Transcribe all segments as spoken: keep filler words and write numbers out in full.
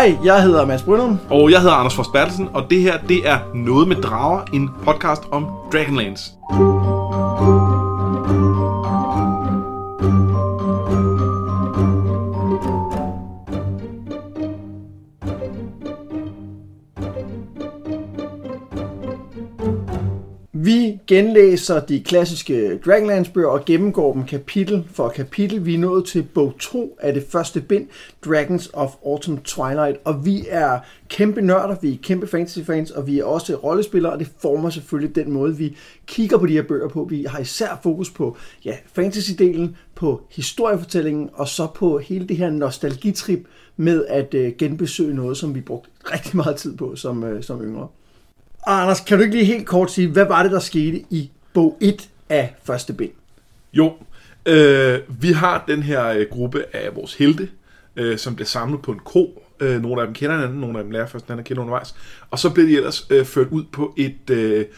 Hej, jeg hedder Mads Brynum. Og jeg hedder Anders Forst Bertelsen, og det her, det er Noget med Drager, en podcast om Dragonlance. Vi genlæser de klassiske Dragonlance-bøger og gennemgår dem kapitel for kapitel. Vi er nået til bog to af det første bind, Dragons of Autumn Twilight, og vi er kæmpe nørder, vi er kæmpe fantasy-fans, og vi er også rollespillere, og det former selvfølgelig den måde, vi kigger på de her bøger på. Vi har især fokus på ja, fantasy-delen, på historiefortællingen, og så på hele det her nostalgitrip med at uh, genbesøge noget, som vi brugte rigtig meget tid på som, uh, som yngre. Og Anders, kan du ikke lige helt kort sige, hvad var det, der skete i bog et af første bind? Jo, øh, vi har den her øh, gruppe af vores helte, øh, som bliver samlet på en kro. Øh, nogle af dem kender hinanden, nogle af dem lærer først hinanden at kende undervejs. Og så bliver de ellers øh, ført ud på et øh, øh,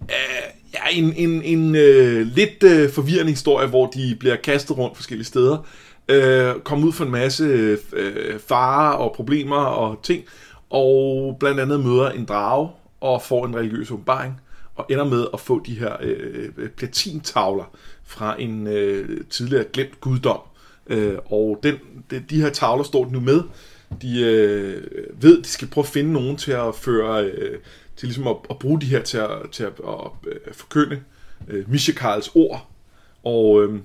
ja, en, en, en øh, lidt øh, forvirrende historie, hvor de bliver kastet rundt forskellige steder. Øh, kommer ud for en masse øh, farer og problemer og ting. Og blandt andet møder en drage og får en religiøs åbenbaring, og ender med at få de her øh, platintavler fra en øh, tidligere glemt guddom. Øh, og den, de, de her tavler står de nu med. De øh, ved, at de skal prøve at finde nogen til at føre, øh, til ligesom at, at bruge de her til at, til at, at, at forkynde øh, Mishakals ord. Og øh,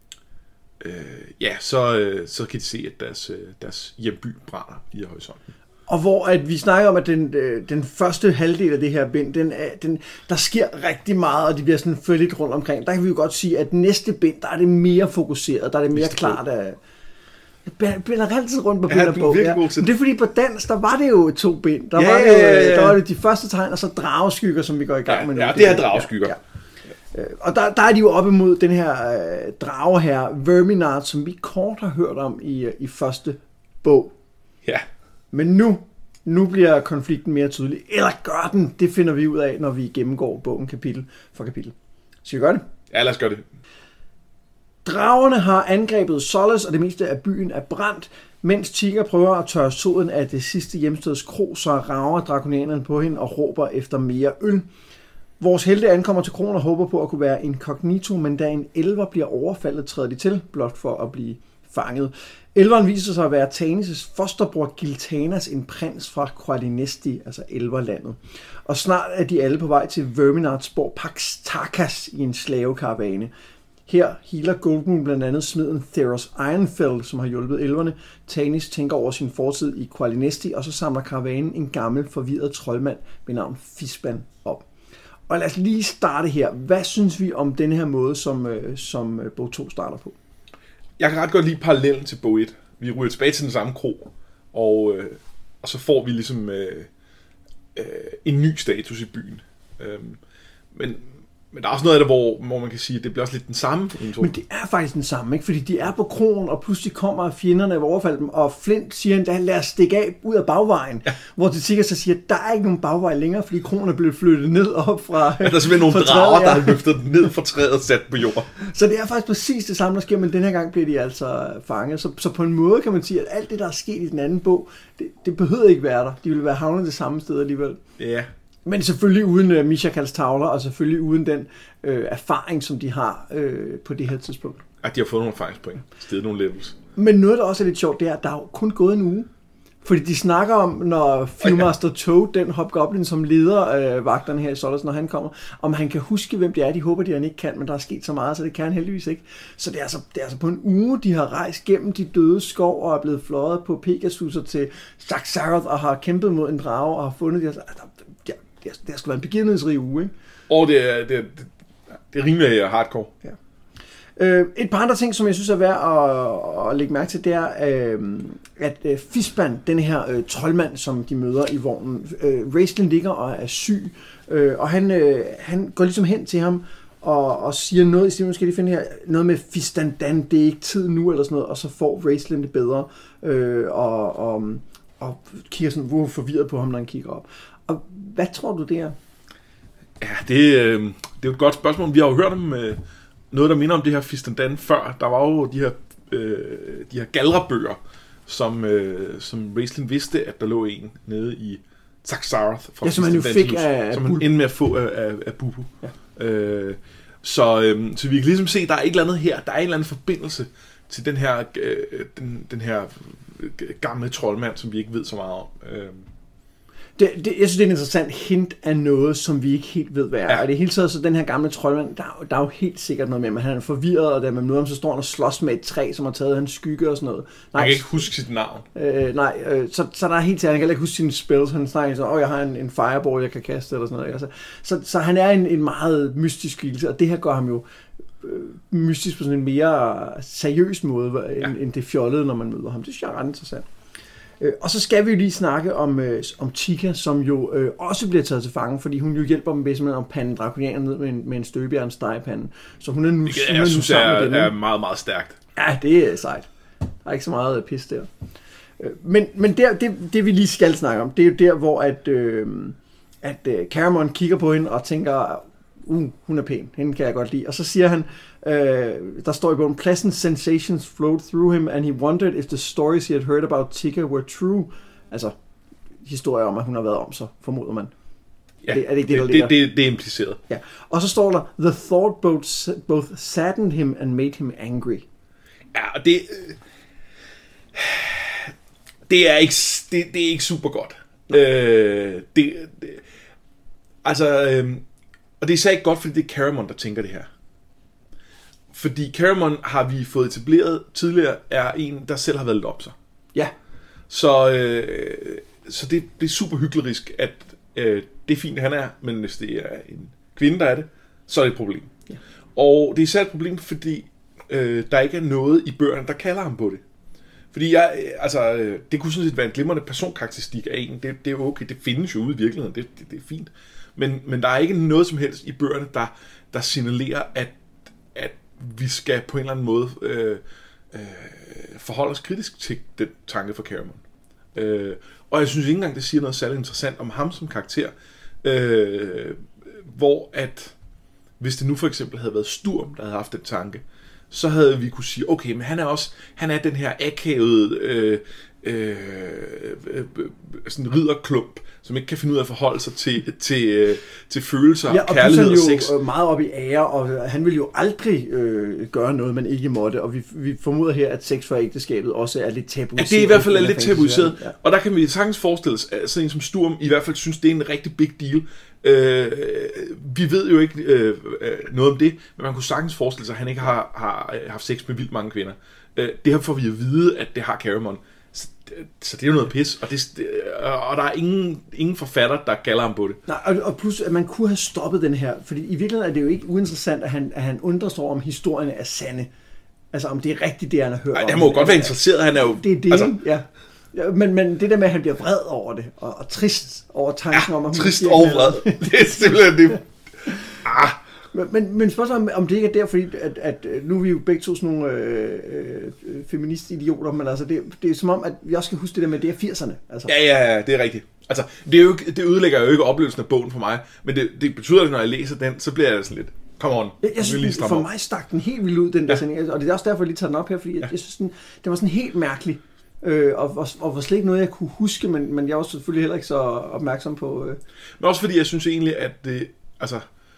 øh, ja, så, øh, så kan de se, at deres, deres hjemby brænder i horisonten. Og hvor at vi snakker om, at den, den første halvdel af det her bind, den, den, der sker rigtig meget, og de bliver sådan ført lidt rundt omkring. Der kan vi jo godt sige, at næste bind, der er det mere fokuseret, der er det mere det klart. At jeg binder altid rundt på bind og bog. Ja. Men det er fordi på dans, der var det jo to bind. Der, ja, var, det, ja, ja, ja. der var det de første tegn, og så drageskygger, som vi går i gang ja, med nu. Ja, det er drageskygger. Ja, ja. Og der, der er de jo op imod den her øh, drage her, Verminard, som vi kort har hørt om i, i første bog. Ja. Men nu, nu bliver konflikten mere tydelig. Eller gør den? Det finder vi ud af, når vi gennemgår bogen kapitel for kapitel. Skal vi gøre det? Ja, lad os gøre det. Dragerne har angrebet Solis, og det meste af byen er brændt. Mens Tigger prøver at tørre soden af det sidste hjemsteds kro, så rager drakonianerne på hende og råber efter mere øl. Vores helte ankommer til kronen og håber på at kunne være inkognito, men da en elver bliver overfaldet, træder de til, blot for at blive fanget. Elveren viser sig at være Tanis' fosterbror Giltanas, en prins fra Qualinesti, altså Elverlandet. Og snart er de alle på vej til Verminards borg Pax Tarkas i en slavekaravane. Her healer Goldmoon blandt andet smeden Theros Ironfell, som har hjulpet elverne. Tanis tænker over sin fortid i Qualinesti, og så samler karavanen en gammel, forvirret troldmand ved navn Fisban op. Og lad os lige starte her. Hvad synes vi om denne her måde, som, som bog to starter på? Jeg kan ret godt lide parallellen til bog et. Vi ryger tilbage til den samme kro, og, øh, og så får vi ligesom øh, øh, en ny status i byen. Øh, men, men der er også noget af det, hvor, hvor man kan sige, at det bliver også lidt den samme. Men det er faktisk den samme, ikke? Fordi de er på kronen, og pludselig kommer fjenderne og overfalder dem, og Flint siger, lad os stikke af ud af bagvejen. Ja. Hvor de sikkert så siger, at der er ikke nogen bagvej længere, fordi kronen er blevet flyttet ned op fra... Ja, der er simpelthen nogle drager, ja. Der har løftet den ned fra træet og sat på jorden. Så det er faktisk præcis det samme, der sker, men den her gang bliver de altså fanget. Så, så på en måde kan man sige, at alt det, der er sket i den anden bog, det, det behøver ikke være der. De ville være havnet det samme sted alligevel. Ja. Men selvfølgelig uden uh, Mishakals tavler, og selvfølgelig uden den øh, erfaring, som de har øh, på det her tidspunkt. At de har fået nogle erfaringspoint, stedet nogle levels. Men noget, der også er lidt sjovt, det er, at der er jo kun gået en uge. Fordi de snakker om, når Fieldmaster Toad, den hobgoblin, som leder øh, vagterne her i Solis, når han kommer, om han kan huske, hvem det er. De håber, de han ikke kan, men der er sket så meget, så det kan han heldigvis ikke. Så det er altså, det er altså på en uge, de har rejst gennem de døde skov og er blevet fløjet på Pegasus'er til Saxaroth og har kæmpet mod en drage og har fundet det. Altså, det, det, det har sgu været en begivenhedsrig uge, ikke? Og det er, det er, det er rimelig hardcore. Ja. Øh, et par andre ting, som jeg synes er værd at, at lægge mærke til, det er, øh, at øh, Fisban, den her øh, troldmand, som de møder i vognen, øh, Raistlin ligger og er syg, øh, og han, øh, han går ligesom hen til ham og, og siger noget, i stedet måske de finde her, noget med Fistandan, det er ikke tid nu, eller sådan noget, og så får Raistlin det bedre, øh, og, og, og kigger sådan, hvor forvirret på ham, når han kigger op. Og hvad tror du, det er? Ja, det, øh, det er jo et godt spørgsmål. Vi har jo hørt om øh, noget, der minder om det her Fistandan før. Der var jo de her, øh, de her galrebøger, som, øh, som Raistlin vidste, at der lå en nede i Taxarath. Ja, som han jo fik af... Som han endte med at få af, af, af Bubu. Ja. Øh, så, øh, så vi kan ligesom se, at der er et eller andet her, der er en eller anden forbindelse til den her, øh, den, den her gamle troldmand, som vi ikke ved så meget om. Øh. Det, det, jeg synes, det er en interessant hint af noget, som vi ikke helt ved, hvad er. Ja. Og det hele taget, så den her gamle troldmand, der, der er jo helt sikkert noget med, men han er forvirret, og da man møder ham, så står han og slås med et træ, som har taget hans skygge og sådan noget. Nej, han kan ikke huske sit navn. Øh, nej, øh, så, så der er helt til, han kan ikke huske sine spells. Han snakker så, åh, jeg har en, en fireball, jeg kan kaste, eller sådan noget. Altså, så, så han er en, en meget mystisk skikkelse, og det her gør ham jo øh, mystisk på sådan en mere seriøs måde, end, ja. end det fjollede, når man møder ham. Det synes jeg er ret interessant. Og så skal vi jo lige snakke om, øh, om Tika, som jo øh, også bliver taget til fange, fordi hun jo hjælper dem bedst med at pande drakonianer ned med en, med en støbejern stegepande. Så hun er nu, det, jeg, jeg synes, det er, er meget, meget stærkt. Ja, det er sejt. Der er ikke så meget pis der. Men, men der, det, det vi lige skal snakke om, det er jo der, hvor at, øh, at øh, Caramon kigger på hende og tænker, uh, hun er pæn, hende kan jeg godt lide. Og så siger han, øh, der står i bogen, pleasant sensations flowed through him, and he wondered if the stories he had heard about Tika were true. Altså, historier om, at hun har været om sig, formoder man. Ja, det, er det, ikke det, det, det, det, det er impliceret. Ja. Og så står der, the thought both, both saddened him and made him angry. Ja, og det... Det er ikke, det, det er ikke super godt. Øh, det, det, altså... Øh, og det er især ikke godt, fordi det er Caramon, der tænker det her. Fordi Caramon, har vi fået etableret tidligere, er en, der selv har været lidt op sig. Ja. Så, øh, så det, det er super hyklerisk, at øh, det er fint, han er, men hvis det er en kvinde, der er det, så er det et problem. Ja. Og det er især et problem, fordi øh, der ikke er noget i bøgerne, der kalder ham på det. Fordi jeg, altså, det kunne sådan set være en glimrende personkarakteristik af en. Det, det er okay, det findes jo ude i virkeligheden, det, det, det er fint. Men, men der er ikke noget som helst i bøgerne, der, der signalerer, at, at vi skal på en eller anden måde øh, øh, forholde os kritisk til den tanke fra Caramon. Øh, og jeg synes ikke engang, det siger noget særligt interessant om ham som karakter. Øh, hvor at, hvis det nu for eksempel havde været Sturm, der havde haft den tanke, så havde vi kunne sige, okay, men han er også, han er den her akavede, øh, øh, øh, sådan en ridderklump, som ikke kan finde ud af at forholde sig til, til, øh, til følelser, ja, og kærlighed og sex. Jo meget op i ære, og han vil jo aldrig øh, gøre noget, man ikke måtte, og vi, vi formoder her, at sex for ægteskabet også er lidt tabuiseret. Ja, det er i hvert fald er lidt tabuiseret, ja. Og der kan vi sagtens forestille os, at sådan en som Sturm i hvert fald synes, det er en rigtig big deal. Øh, vi ved jo ikke øh, noget om det, men man kunne sagtens forestille sig, at han ikke har, har haft sex med vildt mange kvinder. Øh, det her får vi at vide, at det har Caramon. Så, så det er jo noget pis, og, det, og der er ingen, ingen forfatter, der kalder ham på det. Nej, og, og plus, at man kunne have stoppet den her, fordi i virkeligheden er det jo ikke uinteressant, at han, at han undrer sig over, om historierne er sande. Altså, om det er rigtigt, det han har hørt. Nej, han må om. godt være interesseret, han er jo... Det er det, altså, ja. Ja, men, men det der med, at han bliver vred over det, og, og trist over tanken ja, om, at hun trist og vred. Det er simpelthen det. Ah. Men, men, men spørgsmålet om det ikke er der, fordi at, at nu er vi jo begge to sådan nogle øh, øh, feministidioter, men altså det, det er som om, at vi også skal huske det der med, det er firserne. Altså. Ja, ja, ja, det er rigtigt. Altså, det, er jo ikke, det ødelægger jo ikke oplevelsen af bogen for mig, men det, det betyder, at når jeg læser den, så bliver jeg sådan lidt, come on. Jeg, jeg synes, for mig stak den helt vildt ud, den der ja. Sending, og det er også derfor, jeg lige tager den op her, fordi ja. jeg, jeg synes, den, den var sådan helt mærkelig. Øh, og, og, og var slet ikke noget, jeg kunne huske, men, men jeg var selvfølgelig heller ikke så opmærksom på... Øh. Men også fordi, jeg synes egentlig, at det... Altså,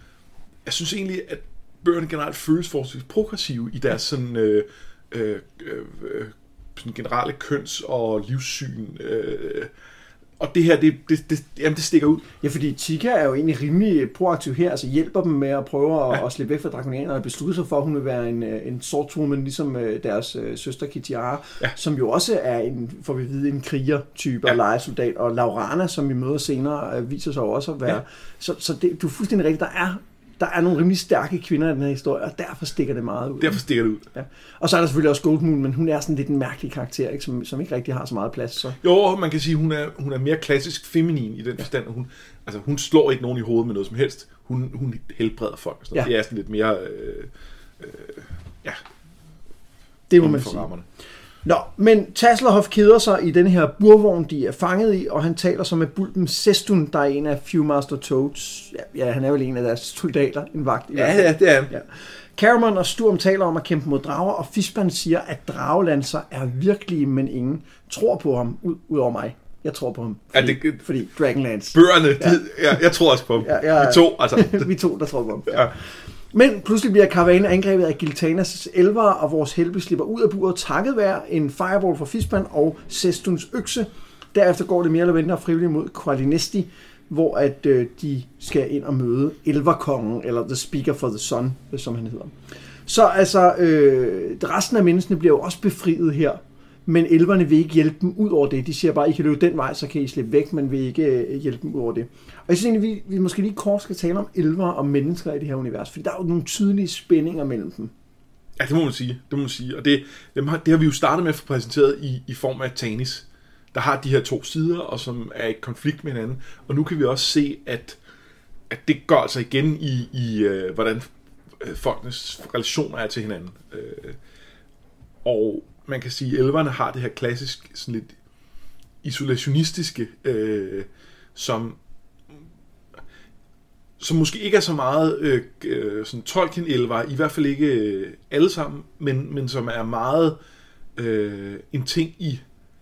jeg synes egentlig, at bøgerne generelt føles forholdsvis progressive i deres sådan, øh, øh, øh, sådan generelle køns- og livssyn. Øh, og det her, det, det, det, jamen, det stikker ud. Ja, fordi Tika er jo egentlig rimelig proaktiv her, altså hjælper dem med at prøve at, ja. at slippe væk fra drakonianer, og beslutte sig for, at hun vil være en, en swordswoman, ligesom deres øh, søster Kitiara, ja. som jo også er en, får vi vide, en kriger-type ja. og lejesoldat, og Laurana, som vi møder senere, øh, viser sig også at være. Ja. Så, så det, du er fuldstændig rigtigt, der er Der er nogle rimelig stærke kvinder i den her historie, og derfor stikker det meget ud. Derfor stikker det ud. Ja. Og så er der selvfølgelig også Goldmoon, men hun er sådan lidt en mærkelig karakter, ikke? Som, som ikke rigtig har så meget plads. Så. Jo, man kan sige, at hun er, hun er mere klassisk feminin i den ja. forstand. Hun, altså, hun slår ikke nogen i hovedet med noget som helst. Hun, hun helbreder folk. Så ja. Det er sådan lidt mere... Øh, øh, ja. Det må man sige. Nå, men Tasselhoff keder sig i den her burvogn, de er fanget i, og han taler så med Bulben Sestun, der er en af Viewmaster Toads. Ja, ja, han er vel en af deres soldater, en vagt i hvert fald. Ja, ja, det er han. Ja. Caramon og Sturm taler om at kæmpe mod drager, og Fishman siger, at dragelanser er virkelige, men ingen tror på ham, ud, ud over mig. Jeg tror på ham, fordi, ja, det, fordi Dragonlance. Bøgerne, ja. de, ja, jeg tror også på ham. Ja, ja, vi to, altså. vi to, der tror på ham. Ja. Men pludselig bliver karavanen angrebet af Giltanas elvere, og vores helte slipper ud af buret takket være en fireball fra Fishman og Sestuns økse. Derefter går det mere eller mindre frivilligt mod Qualinesti, hvor at øh, de skal ind og møde elverkongen, eller The Speaker for the Sun, som han hedder. Så altså, øh, resten af menneskene bliver jo også befriet her, men elverne vil ikke hjælpe dem ud over det. De siger bare, at I kan løbe den vej, så kan I slippe væk, men vil ikke øh, hjælpe dem ud over det. Og jeg synes egentlig, vi, vi måske lige kort skal tale om elver og mennesker i det her univers, for der er jo nogle tydelige spændinger mellem dem. Ja, det må man sige. Det må man sige. Og det, det, har, det har vi jo startet med at få præsenteret i, i form af Tanis, der har de her to sider, og som er i konflikt med hinanden. Og nu kan vi også se, at, at det går altså igen i, i øh, hvordan folkenes relationer er til hinanden. Øh, og man kan sige, at elverne har det her klassisk, sådan lidt isolationistiske, øh, som, som måske ikke er så meget øh, sådan Tolkien-elver, i hvert fald ikke øh, alle sammen, men, men som er meget øh, en ting i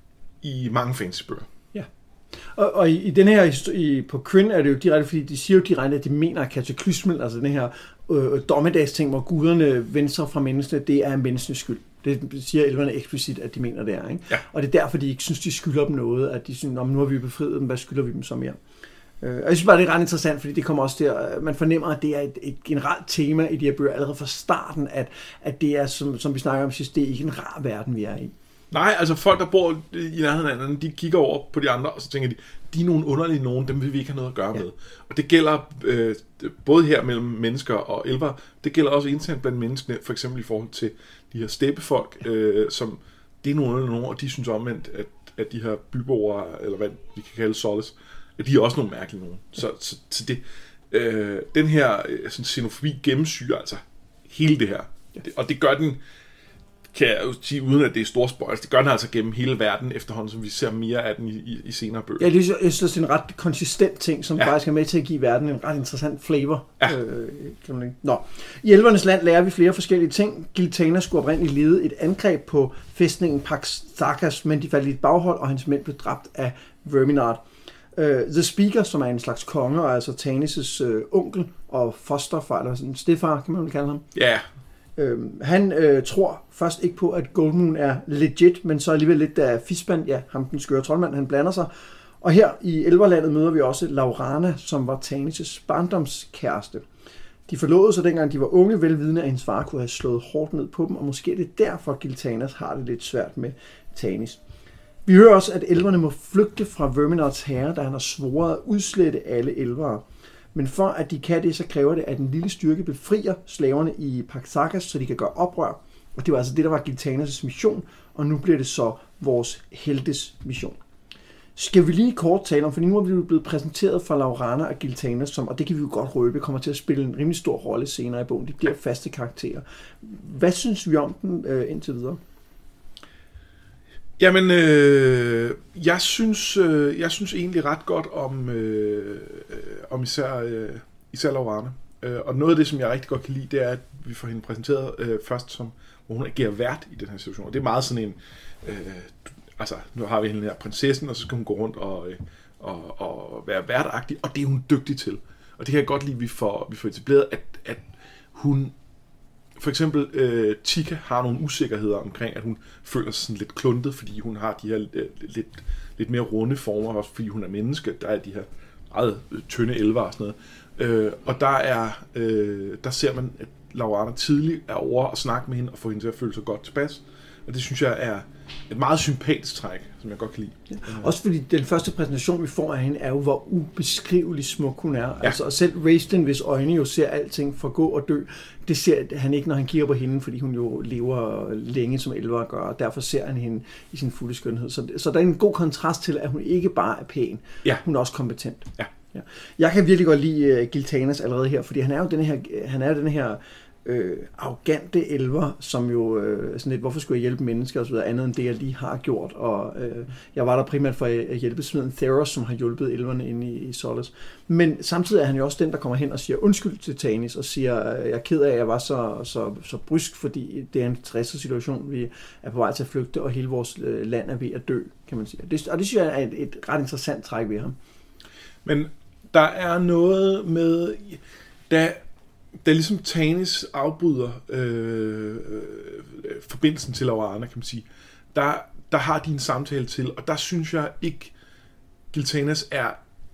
i mange fantasybøger. Ja. Og, og i, i den her i, på Kryn er det jo direkte, fordi de siger jo direkte, at de mener, at kataklysmen, altså den her øh, dommedagsting, hvor guderne venstre fra menneskene, det er menneskenes skyld. Det siger elverne eksplicit, at de mener, det er. Ikke? Ja. Og det er derfor, de ikke synes, de skylder dem noget, at de synes, nu har vi befriet dem, hvad skylder vi dem så mere? Øh, og jeg synes bare, det er ret interessant, fordi det kommer også der, man fornemmer, at det er et, et generelt tema i de her bøger, allerede fra starten, at, at det er, som, som vi snakker om sidst, det er ikke en rar verden, vi er i. Nej, altså folk, der bor i nærheden af hinanden, de kigger over på de andre, og så tænker de, de er nogle underlige nogen, dem vil vi ikke have noget at gøre ja. med. Og det gælder øh, både her mellem mennesker og elver, det gælder også internt blandt menneskene, for eksempel i forhold til de her steppefolk, øh, som det er nogle underlige nogen, og de synes omvendt, at, at de her byboere, eller hvad vi kan kalde Solis, at de er også nogle mærkelige nogen. Så, så, så det, øh, den her sådan, xenofobi gennemsyrer altså hele det her. Ja. Og det gør den, kan jeg jo sige, uden at det er store spoilers, det gør den altså gennem hele verden efterhånden, som vi ser mere af den i, i, i senere bøger. Ja, det er, jeg synes, det er en ret konsistent ting, som ja. faktisk er med til at give verden en ret interessant flavor. Ja. Øh, Nå. I Elvernes land lærer vi flere forskellige ting. Giltana skulle oprindeligt lede et angreb på fæstningen Pax Tharkas, men de faldt i et baghold, og hans mænd blev dræbt af Verminard. Uh, The Speaker, som er en slags konge, og altså Tanis' uh, onkel og fosterfar, eller sådan en stedfar, kan man vel kalde ham. Ja. Yeah. Uh, han uh, tror først ikke på, at Goldmoon er legit, men så alligevel lidt af Fishman, ja, ham den skøre troldmand, han blander sig. Og her i Elverlandet møder vi også Laurana, som var Tanis' barndomskæreste. De forlovede sig dengang de var unge, velvidende at hendes far kunne have slået hårdt ned på dem, og måske er det derfor, Giltanas har det lidt svært med Tanis. Vi hører også, at elverne må flygte fra Verminards herre, da han har svoret at udslette alle elvere. Men for at de kan det, så kræver det, at en lille styrke befrier slaverne i Pax Tharkas, så de kan gøre oprør. Og det var altså det, der var Giltanas' mission, og nu bliver det så vores heltes mission. Skal vi lige kort tale om, for nu er vi blevet præsenteret for Laurana og Giltana, som, og det kan vi jo godt røbe, kommer til at spille en rimelig stor rolle senere i bogen. De bliver faste karakterer. Hvad synes vi om dem øh, indtil videre? Jamen, øh, jeg synes, øh, jeg synes egentlig ret godt om, øh, om især, øh, især Laurana. Øh, og noget af det, som jeg rigtig godt kan lide, det er, at vi får hende præsenteret øh, først som, hvor hun agerer vært i den her situation. Og det er meget sådan en, øh, altså nu har vi hende her prinsessen, og så skal hun gå rundt og, øh, og, og være værtagtig, og det er hun dygtig til. Og det kan jeg godt lide, at vi får, vi får etableret, at, at hun... For eksempel, øh, Tika har nogle usikkerheder omkring, at hun føler sig sådan lidt kluntet, fordi hun har de her øh, lidt, lidt mere runde former, også fordi hun er menneske. Der er de her meget tynde elver og sådan noget. Øh, og der, er, øh, der ser man, at Laurana tidligt er over at snakke med hende og få hende til at føle sig godt tilpas. Og det synes jeg er et meget sympatisk træk, som jeg godt kan lide. Ja. Også fordi den første præsentation, vi får af hende, er jo, hvor ubeskrivelig smuk hun er. Ja. Altså, og selv Raistlin, hvis øjne jo ser alting forgå og dø, det ser han ikke, når han kigger på hende, fordi hun jo lever længe, som elver gør, og derfor ser han hende i sin fulde skønhed. Så, så der er en god kontrast til, at hun ikke bare er pæn, ja. Hun er også kompetent. Ja. Ja. Jeg kan virkelig godt lide uh, Giltanas allerede her, fordi han er jo den her, han er den her øh, arrogante elver, som jo øh, sådan lidt, hvorfor skulle jeg hjælpe mennesker og så videre, andet end det, jeg lige har gjort. Og øh, jeg var der primært for at hjælpe smeden Theros, som har hjulpet elverne inde i, i Solace. Men samtidig er han jo også den, der kommer hen og siger undskyld til Tanis, og siger, jeg er ked af, at jeg var så, så, så brysk, fordi det er en stresset situation, vi er på vej til at flygte, og hele vores øh, land er ved at dø, kan man sige. Det, og det synes jeg er et, et ret interessant træk ved ham. Men der er noget med, da, da ligesom Tanis afbryder øh, øh, forbindelsen til Laurana, kan man sige, der, der har de en samtale til, og der synes jeg ikke, Giltanas er,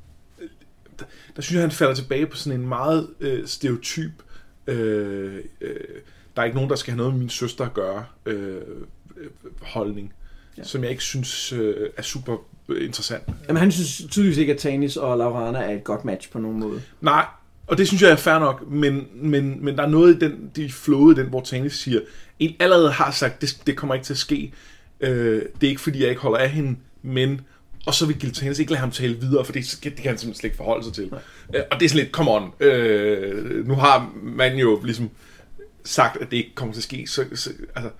der, der synes jeg, han falder tilbage på sådan en meget øh, stereotyp, øh, øh, der er ikke nogen, der skal have noget med min søster at gøre, øh, holdning, ja. Som jeg ikke synes øh, er super interessant. Jamen han synes tydeligvis ikke, at Tanis og Laurana er et godt match på nogen måde. Nej, og det synes jeg er fair nok, men, men, men der er noget i den, de flåde, den, hvor Tanis siger, en allerede har sagt, det, det kommer ikke til at ske. Øh, det er ikke fordi, jeg ikke holder af hende, men, og så vil Giltanas ikke lade ham tale videre, for det, det kan han simpelthen slet ikke forholde sig til. Øh, og det er sådan lidt, come on, øh, nu har man jo ligesom sagt, at det ikke kommer til at ske, så, så altså,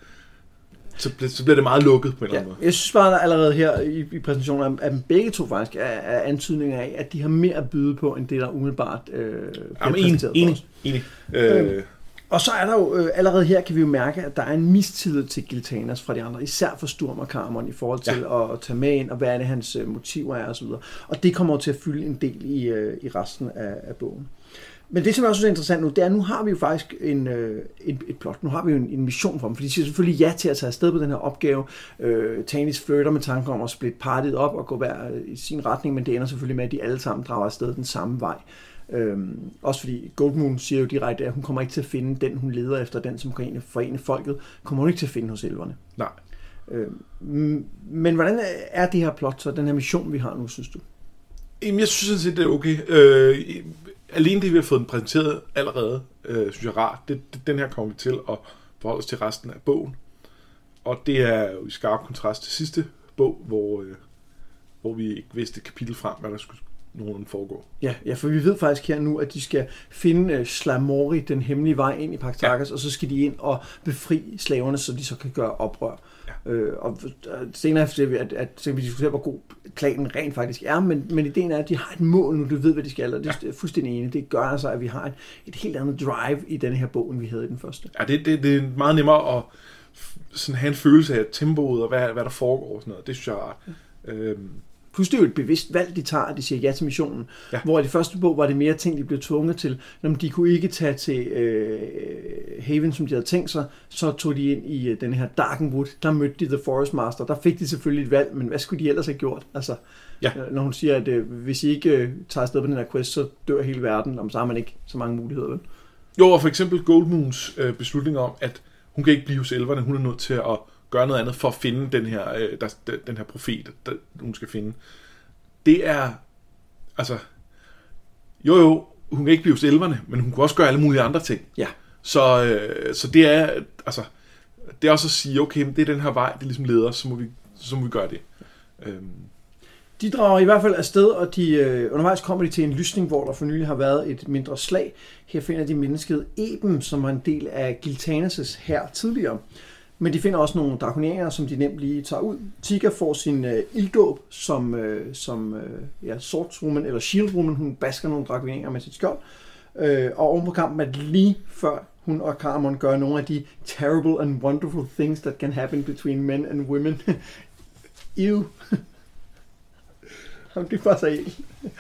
Så bliver, så bliver det meget lukket på en eller anden ja, måde. Jeg synes bare, der allerede her i, i præsentationen, at begge to faktisk er, er antydninger af, at de har mere at byde på, end det, der umiddelbart øh, bliver præsenteret enig, enig. Øh. Øh, og så er der jo, øh, allerede her kan vi jo mærke, at der er en mistillid til Giltanas fra de andre, især for Sturm og Caramon i forhold til ja. at, at tage med ind, og hvad er det, hans motiver er, og så videre. Og det kommer jo til at fylde en del i, øh, i resten af, af bogen. Men det, som jeg også synes er interessant nu, det er, at nu har vi jo faktisk en, øh, et, et plot. Nu har vi jo en, en mission for dem, for de siger selvfølgelig ja til at tage afsted på den her opgave. Øh, Tanis flirter med tanken om at splitte partiet op og gå hver i sin retning, men det ender selvfølgelig med, at de alle sammen drager afsted den samme vej. Øh, også fordi Goldmoon siger jo direkte, at hun kommer ikke til at finde den, hun leder efter, den som kan forene folket, kommer hun ikke til at finde hos elverne. Nej. Øh, men hvordan er det her plot, så den her mission, vi har nu, synes du? Jamen, jeg synes sådan set, det er okay. Øh, alene det, vi har fået den præsenteret allerede, øh, synes jeg er rart. Det, det, den her kommer vi til at forholde os til resten af bogen. Og det er jo i skarp kontrast til sidste bog, hvor, øh, hvor vi ikke vidste et kapitel frem, hvad der skulle nogen foregå. Ja, ja, for vi ved faktisk her nu, at de skal finde uh, Slamori, den hemmelige vej ind i Paktakas, ja. Og så skal de ind og befri slaverne, så de så kan gøre oprør. Ja. Øh, og senere ser vi, at, at, at vi diskuterer, hvor god planen rent faktisk er, men, men ideen er, at de har et mål nu, du ved, hvad de skal, og det er fuldstændig enig. Det gør altså, at vi har et, et helt andet drive i denne her bog, end vi havde i den første. Ja, det, det, det er meget nemmere at sådan have en følelse af tempoet, og hvad, hvad der foregår og sådan noget. Det synes jeg er rart. Ja. Øhm. Plus det er jo et bevidst valg, de tager, at de siger ja til missionen. Ja. Hvor i det første bog var det mere ting, de blev tvunget til. Når de kunne ikke tage til øh, Haven, som de havde tænkt sig, så tog de ind i øh, den her Darkenwood. Der mødte de The Forest Master. Der fik de selvfølgelig et valg, men hvad skulle de ellers have gjort? Altså, ja. Når hun siger, at øh, hvis I ikke øh, tager afsted på den her quest, så dør hele verden, og så har man ikke så mange muligheder. Vel? Jo, og for eksempel Goldmoons øh, beslutning om, at hun kan ikke blive hos elverne. Hun er nødt til at gøre noget andet for at finde den her, øh, der, den her profet, der, hun skal finde. Det er, altså, jo jo, hun kan ikke blive hos elverne, men hun kan også gøre alle mulige andre ting. Ja. Så, øh, så det er, altså, det er også at sige, okay, det er den her vej, det ligesom leder, så må vi, så må vi gøre det. Øhm. De drager i hvert fald afsted, og de, øh, undervejs kommer de til en lysning, hvor der for nylig har været et mindre slag. Her finder de mennesket Eben, som var en del af Giltanas' hær tidligere. Men de finder også nogle drakonianer, som de nemt lige tager ud. Tika får sin øh, ilddåb som, øh, som øh, ja, swordswoman, eller shieldwoman. Hun basker nogle drakonianer med sit skjold. Øh, og oven på kampen, at lige før hun og Caramon gør nogle af de terrible and wonderful things that can happen between men and women. Ew. Det er bare så helt.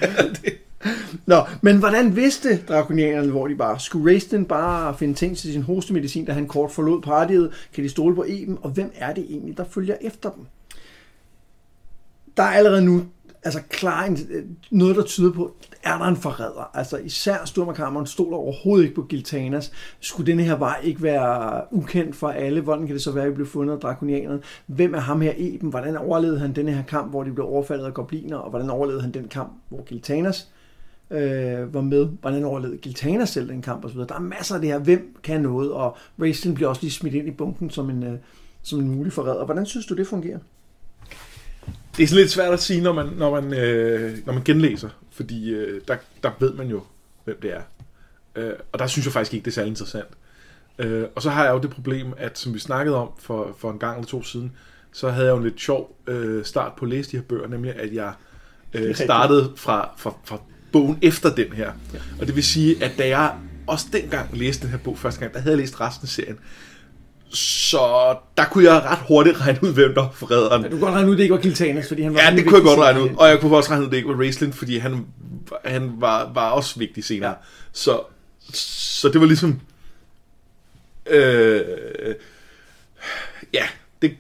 Nå, men hvordan vidste drakonianerne, hvor de bare skulle Raistlin bare finde ting til sin hostemedicin, da han kort forlod partiet? Kan de stole på Eben? Og hvem er det egentlig, der følger efter dem? Der er allerede nu altså klar noget, der tyder på, er der en forræder? Altså især Sturm og Caramon stoler overhovedet ikke på Giltanas. Skulle denne her vej ikke være ukendt for alle? Hvordan kan det så være, at vi blev fundet af drakonianerne? Hvem er ham her Eben? Hvordan overlevede han denne her kamp, hvor de blev overfaldet af gobliner? Og hvordan overlevede han den kamp, hvor Giltanas øh, var med? Hvordan overlevede Giltanas selv den kamp? Og så videre. Der er masser af det her. Hvem kan noget? Og Raistlin bliver også lige smidt ind i bunken som en, øh, som en mulig forræder. Hvordan synes du, det fungerer? Det er sådan lidt svært at sige, når man, når man, øh, når man genlæser, fordi øh, der, der ved man jo, hvem det er. Øh, og der synes jeg faktisk ikke, det er særlig interessant. Øh, og så har jeg jo det problem, at som vi snakkede om for, for en gang eller to siden, så havde jeg jo en lidt sjov øh, start på at læse de her bøger, nemlig at jeg øh, startede fra, fra, fra bogen efter den her. Ja. Og det vil sige, at da jeg også dengang læste den her bog første gang, der havde jeg læst resten af serien. Så der kunne jeg ret hurtigt regne ud, hvem der var forræderen. Ja, du kunne godt regne ud, det ikke var Giltanas, fordi han var... Ja, det kunne jeg godt regne ud. Og jeg kunne også regne ud, det ikke var Raistlin, fordi han, han var, var også vigtig senere. Ja. Så, så det var ligesom... Øh, ja, det...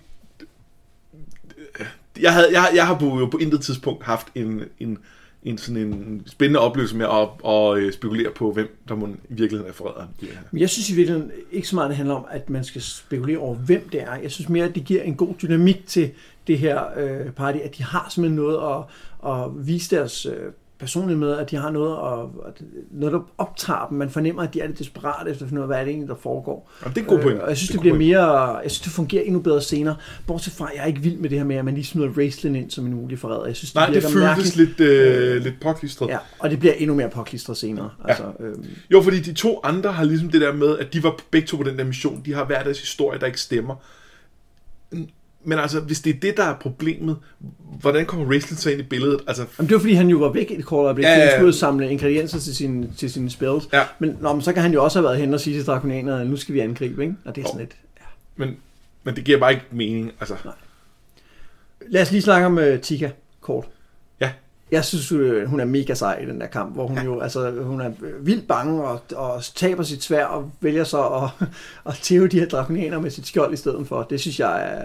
Jeg, havde, jeg, jeg har på, jo på intet tidspunkt haft en... en en sådan en spændende oplevelse med at, at spekulere på, hvem der må i virkeligheden er forræderen. Men jeg synes i virkeligheden ikke så meget, det handler om, at man skal spekulere over, hvem det er. Jeg synes mere, at det giver en god dynamik til det her øh, party, at de har simpelthen noget at, at vise deres øh, personlige med, at de har noget, at, noget, der optager dem. Man fornemmer, at de er lidt desperate efter at finde ud af, hvad er det egentlig, der foregår. Jamen, det er en god point. Øh, og jeg synes, det, det bliver mere, jeg synes, det fungerer endnu bedre senere. Bortset fra, jeg er ikke vild med det her med, at man lige smider Raistlin ind som en mulig forræder. Jeg synes, det Nej, det føles lidt, øh, lidt påklistret. Ja, og det bliver endnu mere påklistret senere. Ja. Altså, øh, jo, fordi de to andre har ligesom det der med, at de var begge to på den der mission. De har hver deres historie, der ikke stemmer. Men altså, hvis det er det, der er problemet, hvordan kommer Raistlin så ind i billedet? Altså... Jamen, det var fordi, han jo var væk et kort øjeblik, ja, ja, ja. Han skulle samle ingredienser til sine, til sine spells. Ja. Men, nå, men så kan han jo også have været hen og sige til drakonianerne, at nu skal vi angribe, ikke? Og det er sådan lidt... Ja. Men, men det giver bare ikke mening, altså... Nej. Lad os lige snakke om uh, Tika kort. Ja. Jeg synes, hun er mega sej i den der kamp, hvor hun ja. jo, altså, hun er vildt bange og, og taber sit sværd og vælger så at, at tæve de her drakonianer med sit skjold i stedet for. Det synes jeg er...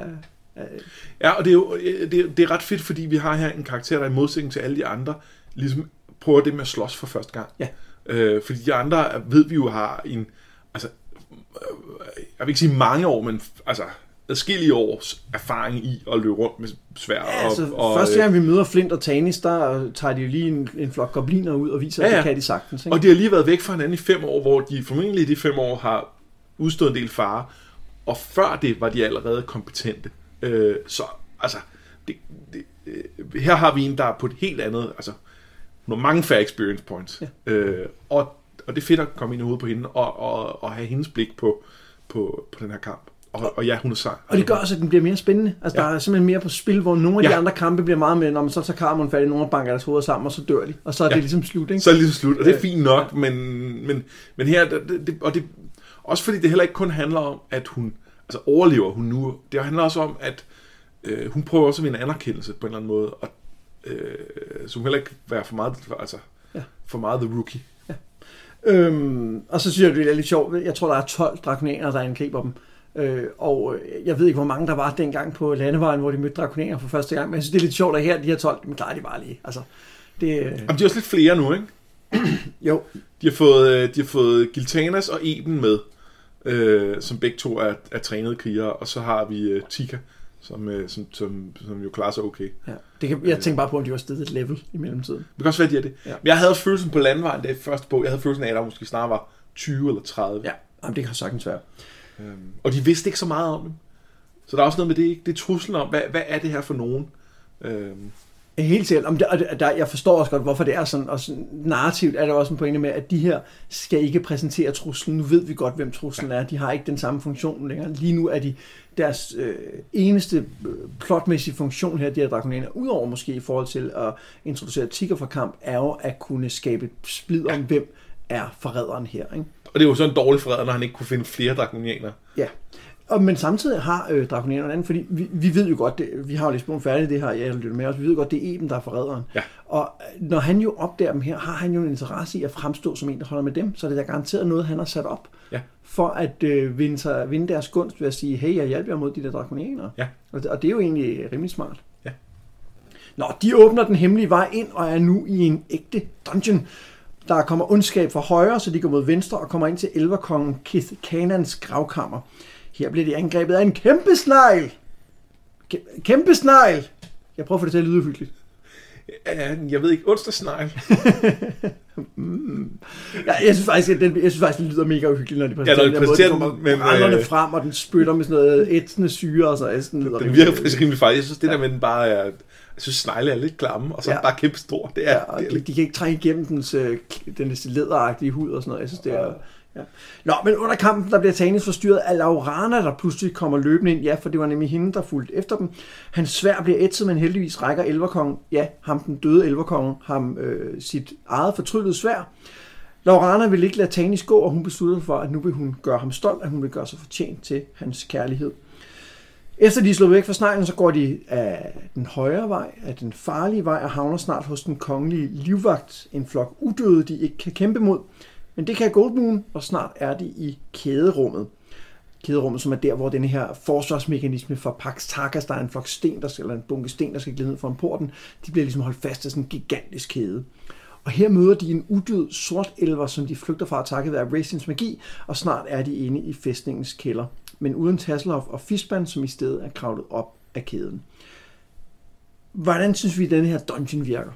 Ja, og det er jo det er, det er ret fedt, fordi vi har her en karakter, der i modsætning til alle de andre, ligesom prøver det med at slås for første gang. Ja. Øh, fordi de andre, ved vi jo, har en, altså, jeg vil ikke sige mange år, men altså, adskillige års erfaring i at løbe rundt med sværd. Ja, altså, og, og, første gang vi møder Flint og Tanis, der tager de jo lige en, en flok gobliner ud og viser, ja, ja. at det kan de sagtens. Ikke? Og de har lige været væk fra hinanden i fem år, hvor de formentlig i de fem år har udstået en del fare, og før det var de allerede kompetente. Øh, så altså det, det, øh, her har vi en, der er på et helt andet, altså nogle mange færre experience points, ja. øh, og, og det er fedt at komme ind i hovedet på hende og, og, og have hendes blik på, på, på den her kamp, og, og ja, hun er sej. Og det gør også, at den bliver mere spændende. Altså, ja. Der er simpelthen mere på spil, hvor nogle af ja. de andre kampe bliver meget med, når man så tager Carmen fat i, nogle banker deres hoveder sammen, og så dør de, og så er ja. det ligesom slut, ikke? Så er det ligesom slut, og det er fint nok, ja. men, men, men her, det, det, og det, også fordi det heller ikke kun handler om, at hun altså overlever hun nu. Det handler også om, at øh, hun prøver også at vinde anerkendelse på en eller anden måde, og øh, så hun heller ikke være for meget, altså, ja. for meget the rookie. Ja. Øhm, og så synes jeg, det er lidt sjovt. Jeg tror, der er tolv drakonianer, der angriber dem. Øh, og jeg ved ikke, hvor mange der var dengang på landevejen, hvor de mødte drakonianer for første gang, men jeg synes, det er lidt sjovt, at her, de her tolv, dem klarer de bare lige. Altså, det, Jamen, de er også lidt flere nu, ikke? Jo. De har fået, de har fået Giltanas og Eben med, øh, som begge to er, er trænede krigere, og så har vi øh, Tika, som, øh, som, som, som jo klarer sig okay. Ja, det kan, jeg tænker bare på, om de var stedet et level i mellemtiden. Det kan også være, de er det. Ja. Men jeg havde følelsen på landvejen, det første bog, jeg havde følelsen af, at der måske snarere var tyve eller tredive. Ja, jamen, det kan sagtens være. Øhm, og de vidste ikke så meget om dem. Så der er også noget med det, det er truslen om, hvad, hvad er det her for nogen? Øhm. Helt sikkert. Om der, der, jeg forstår også godt, hvorfor det er sådan, og sådan narrativt er der også en pointe med, at de her skal ikke præsentere truslen. Nu ved vi godt, hvem truslen er. De har ikke den samme funktion længere. Lige nu er de deres øh, eneste plotmæssige funktion her, de her drakonianer, udover måske i forhold til at introducere Tika for kamp, er jo at kunne skabe splid om, hvem er forræderen her, ikke? Og det er jo så en dårlig forræder, når han ikke kunne finde flere drakonianer. Ja. Og, men samtidig har øh, drakonianerne anden, fordi vi, vi ved jo godt, det, vi har jo lidt færdigt det her, jeg lytter med os, vi ved godt, det er Eben, der er forræderen. Ja. Og når han jo opdager dem her, har han jo en interesse i at fremstå som en, der holder med dem, så det er garanteret noget, han har sat op, ja. for at øh, vinde, sig, vinde deres gunst ved at sige, hey, jeg hjælper jer mod de der drakonianere. Ja. Og, og det er jo egentlig rimelig smart. Ja. Nå, de åbner den hemmelige vej ind, og er nu i en ægte dungeon. Der kommer ondskab fra højre, så de går mod venstre og kommer ind til elverkongen Kith Kanans gravkammer. Her bliver de angrebet af en kæmpe snegl. Kæ- kæmpe snegl. Jeg prøver at få det til at lyde hyggeligt. Ja, jeg ved ikke, onsdagsnegl. mm. ja, jeg synes faktisk, at den, jeg synes faktisk, det lyder mega uhyggeligt, når de præsenterer ja, når de præsenterer den. Den, men øh... frem, og den spytter med sådan noget ætsende syre, og så er sådan noget. Den virker faktisk rimelig farligt. Jeg synes, det ja. der med den bare er... Jeg synes, snegle er lidt klamme, og så ja. er bare kæmpe stor. Det er, ja, og det er de, lidt... de kan ikke trænge igennem dens, den læderagtige hud og sådan noget. Jeg synes, det er... Ja. Nå, men under kampen, der bliver Tanis forstyrret af Laurana, der pludselig kommer løbende ind. Ja, for det var nemlig hende, der fulgte efter dem. Hans sværd bliver ætset, men heldigvis rækker elverkongen, ja, ham den døde elverkongen, ham øh, sit eget fortryllede sværd. Laurana vil ikke lade Tanis gå, og hun beslutter for, at nu vil hun gøre ham stolt, at hun vil gøre sig fortjent til hans kærlighed. Efter de er slået væk fra sneglen, så går de af den højre vej, af den farlige vej, og havner snart hos den kongelige livvagt, en flok udøde, de ikke kan kæmpe mod. Men det kan Goldmoon, og snart er de i kæderummet. Kæderummet, som er der, hvor denne her forsvarsmekanisme for Pax Tarkas, der er en flok sten, der, eller en bunke sten, der skal glide ned foran porten, de bliver ligesom holdt fast af sådan en gigantisk kæde. Og her møder de en udød sort elver, som de flygter fra takket være Racings magi, og snart er de inde i fæstningens kælder. Men uden Tasselhoff og Fishban, som i stedet er kravlet op af kæden. Hvordan synes vi, at denne her dungeon virker?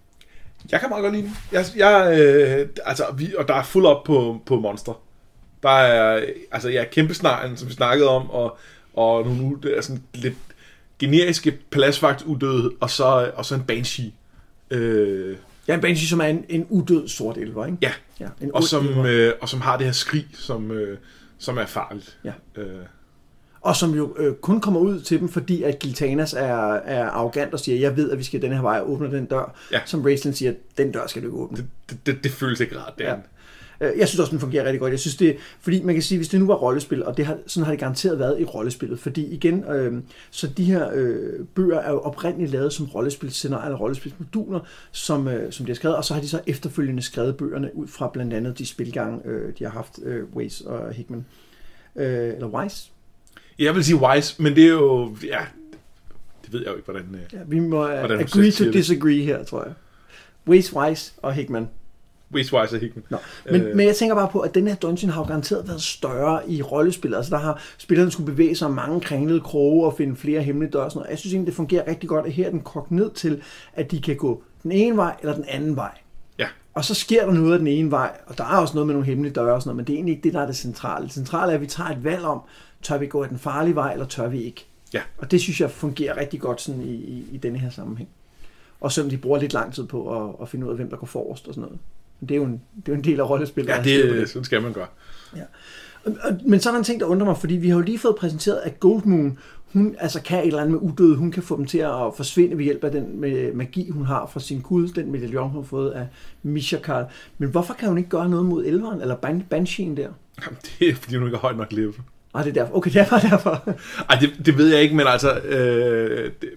Jeg kan meget godt lide den. Jeg, jeg, øh, altså, vi, og der er fuld op på, på monster. Der er, altså, ja, kæmpesneglen, som vi snakkede om, og, og nogle det er sådan lidt generiske paladsvagt udøde, og så, og så en banshee. Øh, ja, en banshee, som er en, en udød sort elver, ikke? Ja, ja en og, som, øh, og som har det her skrig, som, øh, som er farligt. Ja. Øh. Og som jo øh, kun kommer ud til dem, fordi at Giltanas er, er arrogant og siger, jeg ved, at vi skal den her vej og åbne den dør. Ja. Som Raistlin siger, den dør skal du ikke åbne. Det, det, det, det føles ikke rart, ja. Jeg synes også, den fungerer rigtig godt. Jeg synes det, fordi man kan sige, hvis det nu var rollespil, og det har, sådan har det garanteret været i rollespillet, fordi igen, øh, så de her øh, bøger er jo oprindeligt lavet som rollespilscenarier eller rollespilsmoduler, som, øh, som de har skrevet, og så har de så efterfølgende skrevet bøgerne ud fra blandt andet de spilgange, øh, de har haft, øh, Weiss og Hickman. Øh, eller Weiss? Jeg vil sige Weiss, men det er jo, ja, det ved jeg jo ikke, hvordan... Øh, ja, vi må uh, agree to disagree det. Her, tror jeg. Weiss, Weiss og Hickman. Weiss, Weiss og Hickman. Nå. Men, øh. men jeg tænker bare på, at den her dungeon har jo garanteret været større i rollespil. Altså der har spillerne skulle bevæge sig mange kringlede kroge og finde flere hemmelige døre og sådan noget. Jeg synes egentlig, det fungerer rigtig godt, at her er den kogt ned til, at de kan gå den ene vej eller den anden vej. Ja. Og så sker der noget af den ene vej, og der er også noget med nogle hemmelige døre og sådan noget, men det er egentlig ikke det, der er det centrale. Det centrale er, at vi tager et valg om, tør vi gå af den farlige vej, eller tør vi ikke? Ja. Og det synes jeg fungerer rigtig godt sådan i, i, i denne her sammenhæng. Og selvom de bruger lidt lang tid på at, at finde ud af, hvem der går forrest og sådan noget. Men det er jo en, det er jo en del af rollespillet. Ja, det, det sådan skal man gøre. Ja. Og, og, men så er der en ting, der undrer mig, fordi vi har jo lige fået præsenteret, at Goldmoon, hun altså kan et eller andet med udøde, hun kan få dem til at forsvinde ved hjælp af den med magi, hun har fra sin gud, den medaljon, hun har fået af Mishakal. Men hvorfor kan hun ikke gøre noget mod elveren, eller ban- bansheen der? Jamen, det er, fordi hun ikke har højt nok level. Ah, det er derfor. Okay, det er bare derfor. Ej, det, det ved jeg ikke, men altså... Øh, det,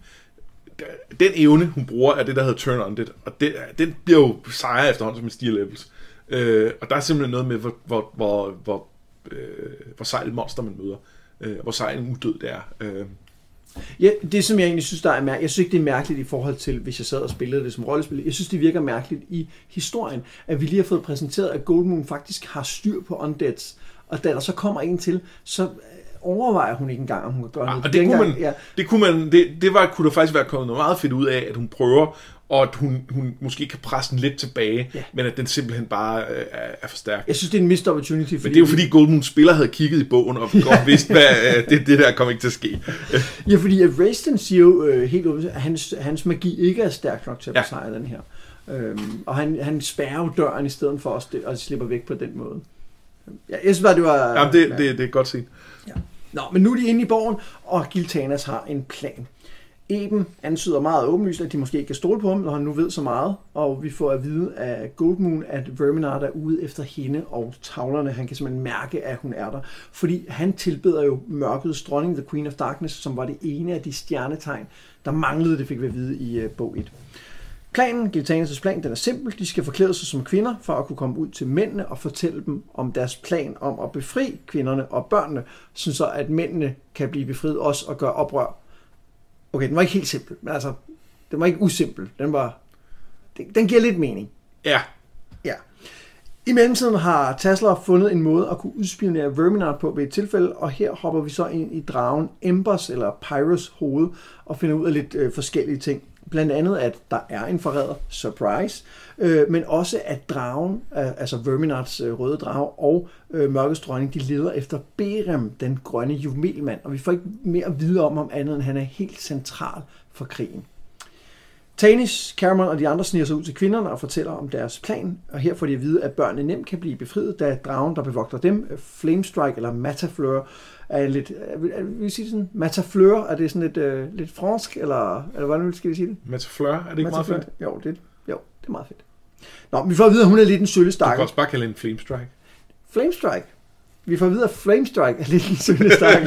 den evne, hun bruger, er det, der hedder Turn Undead, og det, den bliver jo sejre efterhånden som en stiger levels. Øh, og der er simpelthen noget med, hvor, hvor, hvor, hvor, øh, hvor sejt et monster man møder. Øh, hvor sejt en udød det er. Øh. Ja, det som jeg egentlig synes, der er mærkeligt. Jeg synes ikke, det er mærkeligt i forhold til, hvis jeg sad og spillede det som rollespil. Jeg synes, det virker mærkeligt i historien, at vi lige har fået præsenteret, at Goldmoon faktisk har styr på undeads. Og da der så kommer en til, så overvejer hun ikke engang, om hun kan gøre noget. Ah, det, kunne man, ja. det kunne man, det, det var, kunne der faktisk være kommet noget meget fedt ud af, at hun prøver, og at hun, hun måske kan presse den lidt tilbage, ja. Men at den simpelthen bare øh, er for stærk. Jeg synes, det er en missed opportunity. Fordi men det er jo fordi Goldmoons spiller havde kigget i bogen, og ja. Godt vidste, hvad øh, det, det der kom ikke til at ske. Ja, fordi at Raistlin siger jo øh, helt åbent, at hans, hans magi ikke er stærk nok til at besejre ja. Den her. Øhm, og han, han spærrer jo døren i stedet for os, og slipper væk på den måde. Ja, jeg synes bare, det var... Jamen, det, det, det er godt set. Ja. Nå, men nu er de inde i borgen, og Giltanas har en plan. Eben antyder meget åbenlyst, at de måske ikke kan stole på ham, når han nu ved så meget, og vi får at vide af Goldmoon, at Verminard er ude efter hende og tavlerne. Han kan simpelthen mærke, at hun er der, fordi han tilbeder jo mørkets dronning, The Queen of Darkness, som var det ene af de stjernetegn, der manglede, det fik vi at vide i uh, bog et. Planen, Giltanas' plan, den er simpel. De skal forklæde sig som kvinder for at kunne komme ud til mændene og fortælle dem om deres plan om at befri kvinderne og børnene, så at mændene kan blive befriet også og gøre oprør. Okay, den var ikke helt simpel, men altså, den var ikke usimpel. Den var, den, den giver lidt mening. Ja. Ja. I mellemtiden har Tasselhoff fundet en måde at kunne udspionere Verminard på ved et tilfælde, og her hopper vi så ind i dragen Embers eller Pyros hoved og finder ud af lidt øh, forskellige ting. Blandt andet, at der er en forræder, surprise, øh, men også at dragen, øh, altså Verminards øh, røde drage og øh, mørkets dronning, de leder efter Berem, den grønne juvelmand, og vi får ikke mere at vide om ham andet, end han er helt central for krigen. Tanis, Caramon og de andre sniger sig ud til kvinderne og fortæller om deres plan, og her får de at vide, at børnene nemt kan blive befriet, da dragen, der bevogter dem, Flamestrike eller Matafleur, er lidt, vil jeg sige sådan, Matafleur, er det sådan lidt, øh, lidt fransk, eller, eller hvordan skal vi sige det? Matafleur, er det ikke Matafleur? Meget fedt? Jo, det, jo, det er meget fedt. Nå, vi får at vide, at hun er lidt en søllestakke. Du kan også bare kalde en Flamestrike. Flamestrike? Vi får at vide, at Flamestrike er lidt en søllestakke.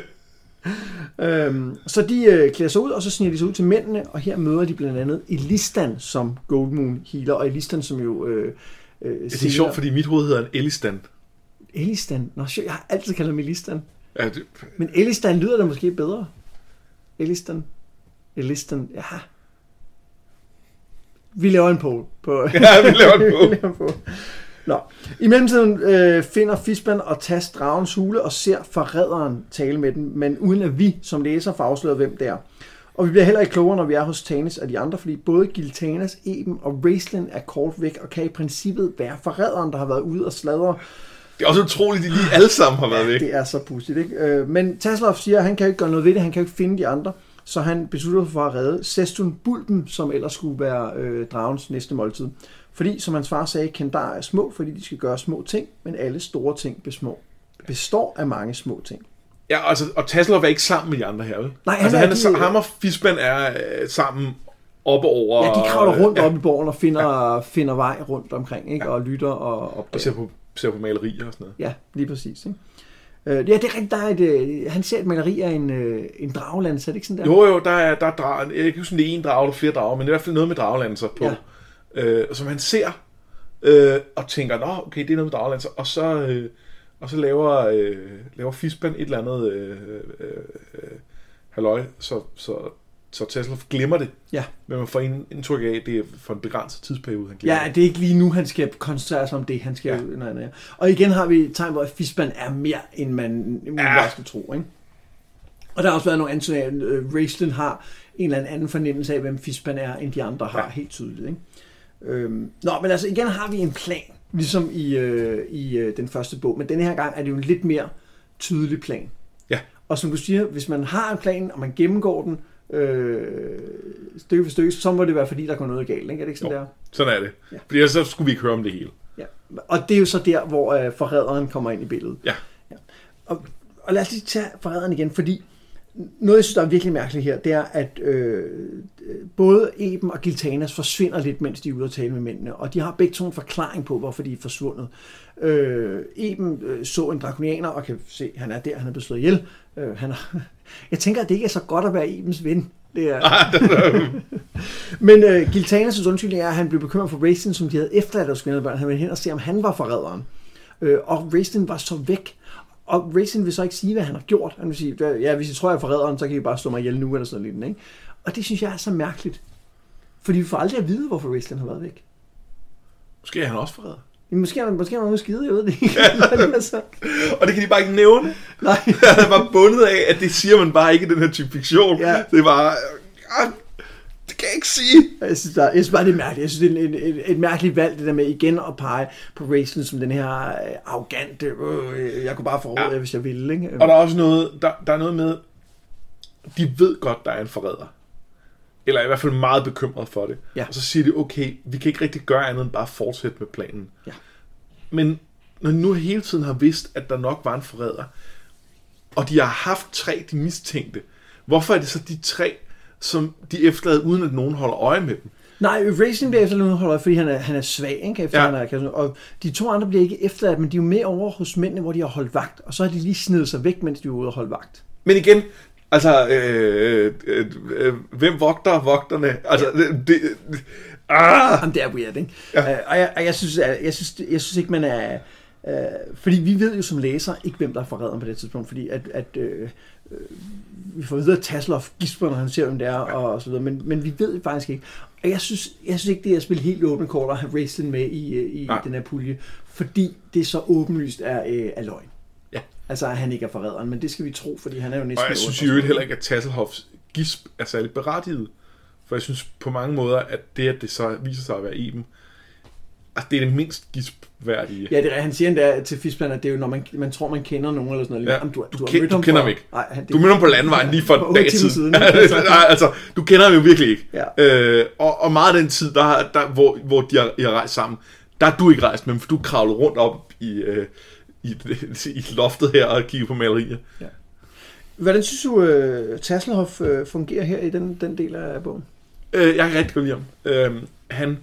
Øhm, så de øh, klæder sig ud, og så sniger de sig ud til mændene, og her møder de blandt andet Elistan som Goldmoon healer, og Elistan som jo... Øh, øh, det er sjovt, fordi mit hoved hedder en Elistan. Elistan? Nå, jeg har altid kaldt ham Elistan. Ja, det... Men Elistan lyder da måske bedre. Elistan. Elistan, ja. Vi laver en poll på... Ja, vi laver en poll. Nå. I mellemtiden øh, finder Fisban og Tas dragens hule og ser forræderen tale med den, men uden at vi som læser får afsløret, hvem det er. Og vi bliver heller ikke klogere, når vi er hos Tanis og de andre, fordi både Giltanas, Eben og Raistlin er kort væk og kan i princippet være forræderen, der har været ude og sladre. Det er også utroligt, at de lige alle sammen har været væk. Det er så pudsigt, ikke? Men Tasslehoff siger, at han kan ikke gøre noget ved det, han kan ikke finde de andre, så han beslutter for at redde Sestun Bulben, som ellers skulle være øh, dragens næste måltid. Fordi, som hans far sagde, Kendar er små, fordi de skal gøre små ting, men alle store ting besmå. består af mange små ting. Ja, altså, og Tasslehoff er ikke sammen med de andre her, vel? Nej, han altså, er, han er, de, ham og Fisban er øh, sammen oppe over... Ja, de kravler rundt ja. op i borgen og finder, ja. finder vej rundt omkring, ikke? Ja. Og lytter og opdager. Og ser på, ser på malerier og sådan noget. Ja, lige præcis, ikke? Ja, det er rigtigt, der er et, han ser et maleri af en, en drageland, så er det ikke sådan der? Jo, jo, der er, der er drage, jeg kan ikke huske, det er en drage eller flere drager, men det er i hvert fald noget med dragelanser på, ja. øh, som han ser, øh, og tænker, nå, okay, det er noget med dragelanser, og så, øh, og så laver, øh, laver Fisban et eller andet øh, øh, øh, halløj, så, så, så Tasslehoff glemmer det, ja. Men man får indtryk af, at det er for en begrænset tidsperiode, han glemmer. Ja, det er ikke lige nu, han skal koncentrere sig om det, han skal ja. noget andet. Og igen har vi tegn på, at Fisban er mere, end man ja. skal tro, ikke? Og der har også været nogle antydninger, at uh, Raistlin har en eller anden fornemmelse af, hvem Fisban er, end de andre har, ja. helt tydeligt, ikke? Øhm, nå, men altså igen har vi en plan, ligesom i, øh, i øh, den første bog, men denne her gang er det jo en lidt mere tydelig plan. Ja. Og som du siger, hvis man har en plan, og man gennemgår den, Øh, stykke for stykke, så må det være, fordi der går noget galt, ikke? Er det ikke sådan jo, der? Sådan er det. Ja. Fordi så skulle vi ikke høre om det hele. Ja. Og det er jo så der, hvor øh, forræderen kommer ind i billedet. Ja. Ja. Og, og lad os lige tage forræderen igen, fordi noget, jeg synes, der er virkelig mærkeligt her, det er, at øh, både Eben og Giltanas forsvinder lidt, mens de er ude at tale med mændene, og de har begge to en forklaring på, hvorfor de er forsvundet. Øh, Eben øh, så en drakonianer, og kan se, at han er der, han er blevet slået ihjel. Øh, han er, jeg tænker, at det ikke er så godt at være Ebens ven. Det er. Men øh, Giltanas' undskyldning er, at han blev bekymret for Raistlin, som de havde efterladt af skønne. Han ville hen og se, om han var forræderen. Øh, og Raistlin var så væk. Og Raistlin vil så ikke sige, hvad han har gjort. Han vil sige, ja, hvis I tror, jeg er forræderen, så kan I bare slå mig ihjel nu, eller sådan lidt, ikke? Og det synes jeg er så mærkeligt. Fordi vi får aldrig at vide, hvorfor Raistlin har været væk. Måske er han også forræder. Jamen, måske er han måske er noget skide, jeg ved det ikke. Ja. Og det kan de bare ikke nævne. Nej. Han er bare bundet af, at det siger man bare ikke i den her type fiktion. Ja. Det er bare... Ja, det kan jeg ikke sige. Jeg synes, der, jeg synes bare, det er mærkeligt. Jeg synes, det er et, et, et mærkeligt valg, det der med igen at pege på Raistlin som den her arrogante, øh, jeg kunne bare forråde, ja. hvis jeg ville. Ikke? Og der er også noget, der, der er noget med, de ved godt, der er en forræder. Eller er i hvert fald meget bekymret for det. Ja. Og så siger de, okay, vi kan ikke rigtig gøre andet end bare fortsætte med planen. Ja. Men når de nu hele tiden har vidst, at der nok var en forræder, og de har haft tre, de mistænkte, hvorfor er det så de tre, som de efterlader, uden at nogen holder øje med dem? Nej, Raistlin bliver efterladt uden at holde øje, fordi han er, han er svag, ikke? Efter ja. han er, og de to andre bliver ikke efterladt, men de er jo med over hos mændene, hvor de har holdt vagt, og så har de lige snedet sig væk, mens de er ude og holde vagt. Men igen, altså, øh, øh, øh, hvem vogter vogterne? Altså, ja. det, det, ah! Jamen, det er weird, ikke? Ja. Uh, og jeg, og jeg, synes, jeg, jeg, synes, jeg synes ikke, man er... Uh, fordi vi ved jo som læser ikke, hvem der er forræderen på det tidspunkt, fordi at, at uh, uh, vi får videre, at Tasslehoff gisper, når han ser, hvem det er, og, og så videre, men, men vi ved faktisk ikke. Og jeg synes, jeg synes ikke, det er at spille helt åbent kort at have Raistlin med i, i den her pulje, fordi det så åbenlyst er, er løgn. Ja. Altså, at han ikke er forræderen, men det skal vi tro, fordi han er jo næsten... Og jeg synes jo heller ikke, at Tasslehoffs gisp er særlig berettiget. For jeg synes på mange måder, at det, at det så viser sig at være Eben, Altså, det er det mindst gispværdige. Ja, det er, han siger endda til Fishman, at det er jo, når man, man tror, man kender nogen eller sådan noget. Ja, Jamen, du, du, du, ken, du kender ham ikke. Nej, han, det, du mødte ham på landvejen lige for en dag siden. siden. Nej, altså, du kender ham jo virkelig ikke. Ja. Øh, og, og meget af den tid, der, der, hvor, hvor de har, I har rejst sammen, der er du ikke rejst med, for du kravlede rundt op i, øh, i, i loftet her og kiggede på malerier. Ja. Hvordan synes du, uh, Tasselhoff uh, fungerer her i den, den del af bogen? Øh, jeg kan rigtig godt lide ham. Øh, han...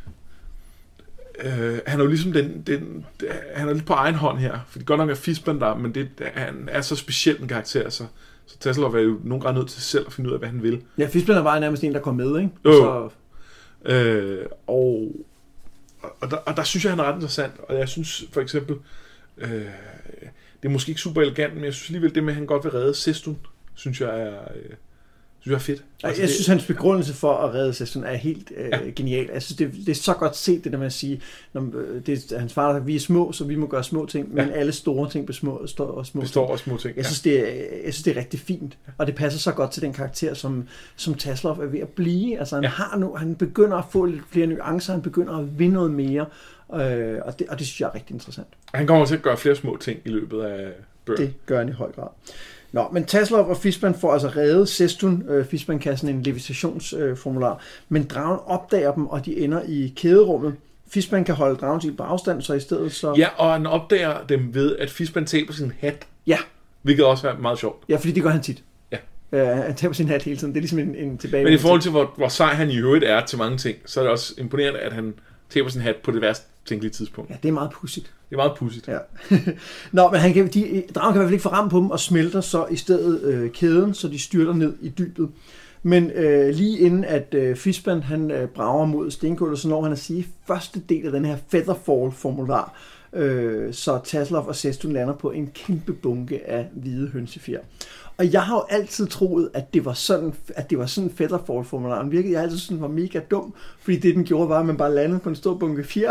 Øh, han er jo ligesom den, den, han er lidt på egen hånd her, for det godt nok er Fishman der, men det, han er så speciel en karakter, så, så Tasselhoff er jo nogle gange nødt til selv at finde ud af, hvad han vil. Ja, Fishman er bare nærmest en, der kom med, ikke? Jo. Så... Øh, og, og, der, og der synes jeg, han er ret interessant, og jeg synes for eksempel, øh, det er måske ikke super elegant, men jeg synes alligevel, det med, at han godt vil redde Sestun, synes jeg er... Øh, synes jeg er fedt. Altså, jeg det... synes, hans begrundelse for at redde Sestun er helt øh, ja. genial. Jeg synes, det, det er så godt set, det der med at sige, når, det er hans far, der vi er små, så vi må gøre små ting, ja. men alle store ting består af små, små består af små ting. Jeg synes, ja. det er, jeg synes, det er rigtig fint, og det passer så godt til den karakter, som, som Tasselhoff er ved at blive. Altså, han, ja. har nu, han begynder at få lidt flere nuancer, han begynder at vinde noget mere, øh, og, det, og det synes jeg er rigtig interessant. Han kommer til at gøre flere små ting i løbet af bøger. Det gør han i høj grad. Nå, men Tasselhoff og Fishman får altså reddet Sestun. Øh, Fishman kan sådan en levitationsformular, øh, men dragen opdager dem, og de ender i kæderummet. Fishman kan holde dragen til på afstand, så i stedet så... Ja, og han opdager dem ved, at Fishman taber sin hat. Ja. Hvilket også er meget sjovt. Ja, fordi det gør han tit. Ja. Øh, han taber sin hat hele tiden. Det er ligesom en, en tilbage. Men i forhold til, hvor, hvor sej han i øvrigt er til mange ting, så er det også imponerende, at han taber sin hat på det værste tænkelige tidspunkt. Ja, det er meget pudsigt. Det er meget pudsigt. Ja. Nå, men han kan, de, dragen kan i hvert fald ikke få ramt på dem, og smelter så i stedet øh, kæden, så de styrter ned i dybet. Men øh, lige inden at øh, Fishman han øh, brager mod stengulvet, så når han at sige første del af den her Featherfall-formular, øh, så Tasselhoff og Sestun lander på en kæmpe bunke af hvide hønsefjer. Og jeg har jo altid troet, at det var sådan, at det var sådan Featherfall-formularen virkede. Jeg har altid synes, den var mega dum, fordi det den gjorde var, at man bare landede på en stor bunke fjer.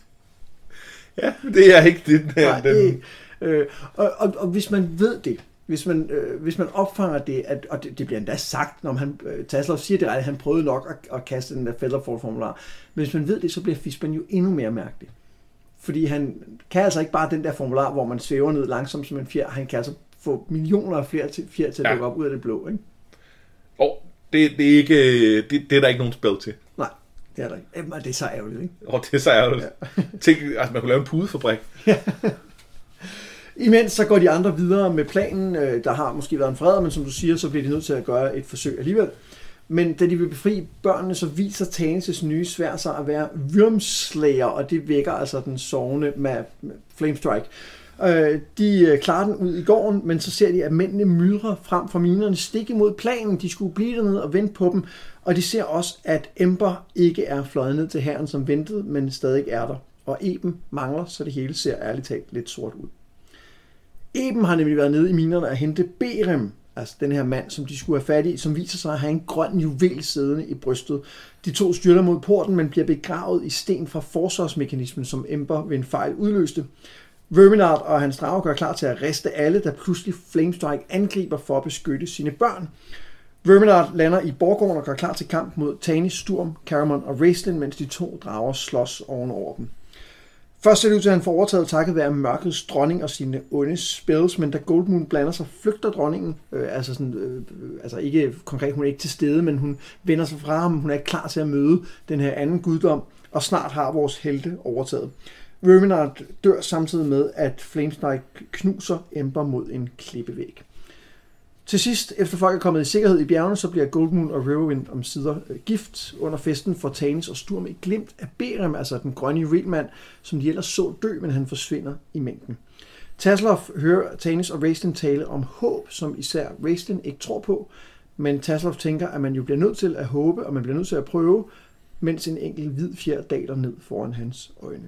Ja, det er ikke det. Den, Nej, det øh, og, og, og hvis man ved det, hvis man, øh, hvis man opfanger det, at, og det, det bliver endda sagt, når han, øh, Tasselhoff siger det, at han prøvede nok at, at kaste den der Featherfall-formular, men hvis man ved det, så bliver Fishman jo endnu mere mærkelig. Fordi han kan altså ikke bare den der formular, hvor man svæver ned langsomt som en fjer, han kan altså få millioner af flere til, fjer til at ja. dukke op ud af det blå, ikke? Og det, det, er ikke, det, det er der ikke nogen spil til. Nej, det er der ikke. Jamen, det er så ærgerligt, ikke? Og det er så ærgerligt. Ja. Tænk, altså man kunne lave en pudefabrik. Ja. Imens så går de andre videre med planen. Der har måske været en fred, men som du siger, så bliver de nødt til at gøre et forsøg alligevel. Men da de vil befri børnene, så viser Tanis' nye sværd sig at være Wyrmslayer, og det vækker altså den sovende med Flamestrike. De klarer den ud i gården, men så ser de, at mændene myldrer frem fra minerne, stik imod planen. De skulle blive dernede og vente på dem, og de ser også, at Ember ikke er fløjet ned til hæren som ventet, men stadig er der. Og Eben mangler, så det hele ser ærligt talt lidt sort ud. Eben har nemlig været nede i minerne og hente Berem, altså den her mand, som de skulle have fat i, som viser sig at have en grøn juvel siddende i brystet. De to styrter mod porten, men bliver begravet i sten fra forsvarsmekanismen, som Ember ved en fejl udløste. Verminard og hans drage gør klar til at riste alle, da pludselig Flamestrike angriber for at beskytte sine børn. Verminard lander i borggården og gør klar til kamp mod Tanis, Sturm, Caramon og Raistlin, mens de to drager slås ovenover dem. Først ser det ud til, at han får overtaget takket være mørkets dronning og sine onde spells, men da Goldmoon blander sig, flygter dronningen. Øh, altså, sådan, øh, altså ikke konkret, hun er ikke til stede, men hun vender sig fra ham. Hun er klar til at møde den her anden guddom, og snart har vores helte overtaget. Verminard dør samtidig med, at Flamestrike knuser Ember mod en klippevæg. Til sidst, efter folk er kommet i sikkerhed i bjergene, så bliver Goldmoon og Riverwind omsider gift. Under festen får Tanis og Sturm et glimt af Berem, altså den grønne juvelmand, som de ellers så dø, men han forsvinder i mængden. Tasselhoff hører Tanis og Raistlin tale om håb, som især Raistlin ikke tror på, men Tasselhoff tænker, at man jo bliver nødt til at håbe, og man bliver nødt til at prøve, mens en enkelt hvid fjer daler ned foran hans øjne.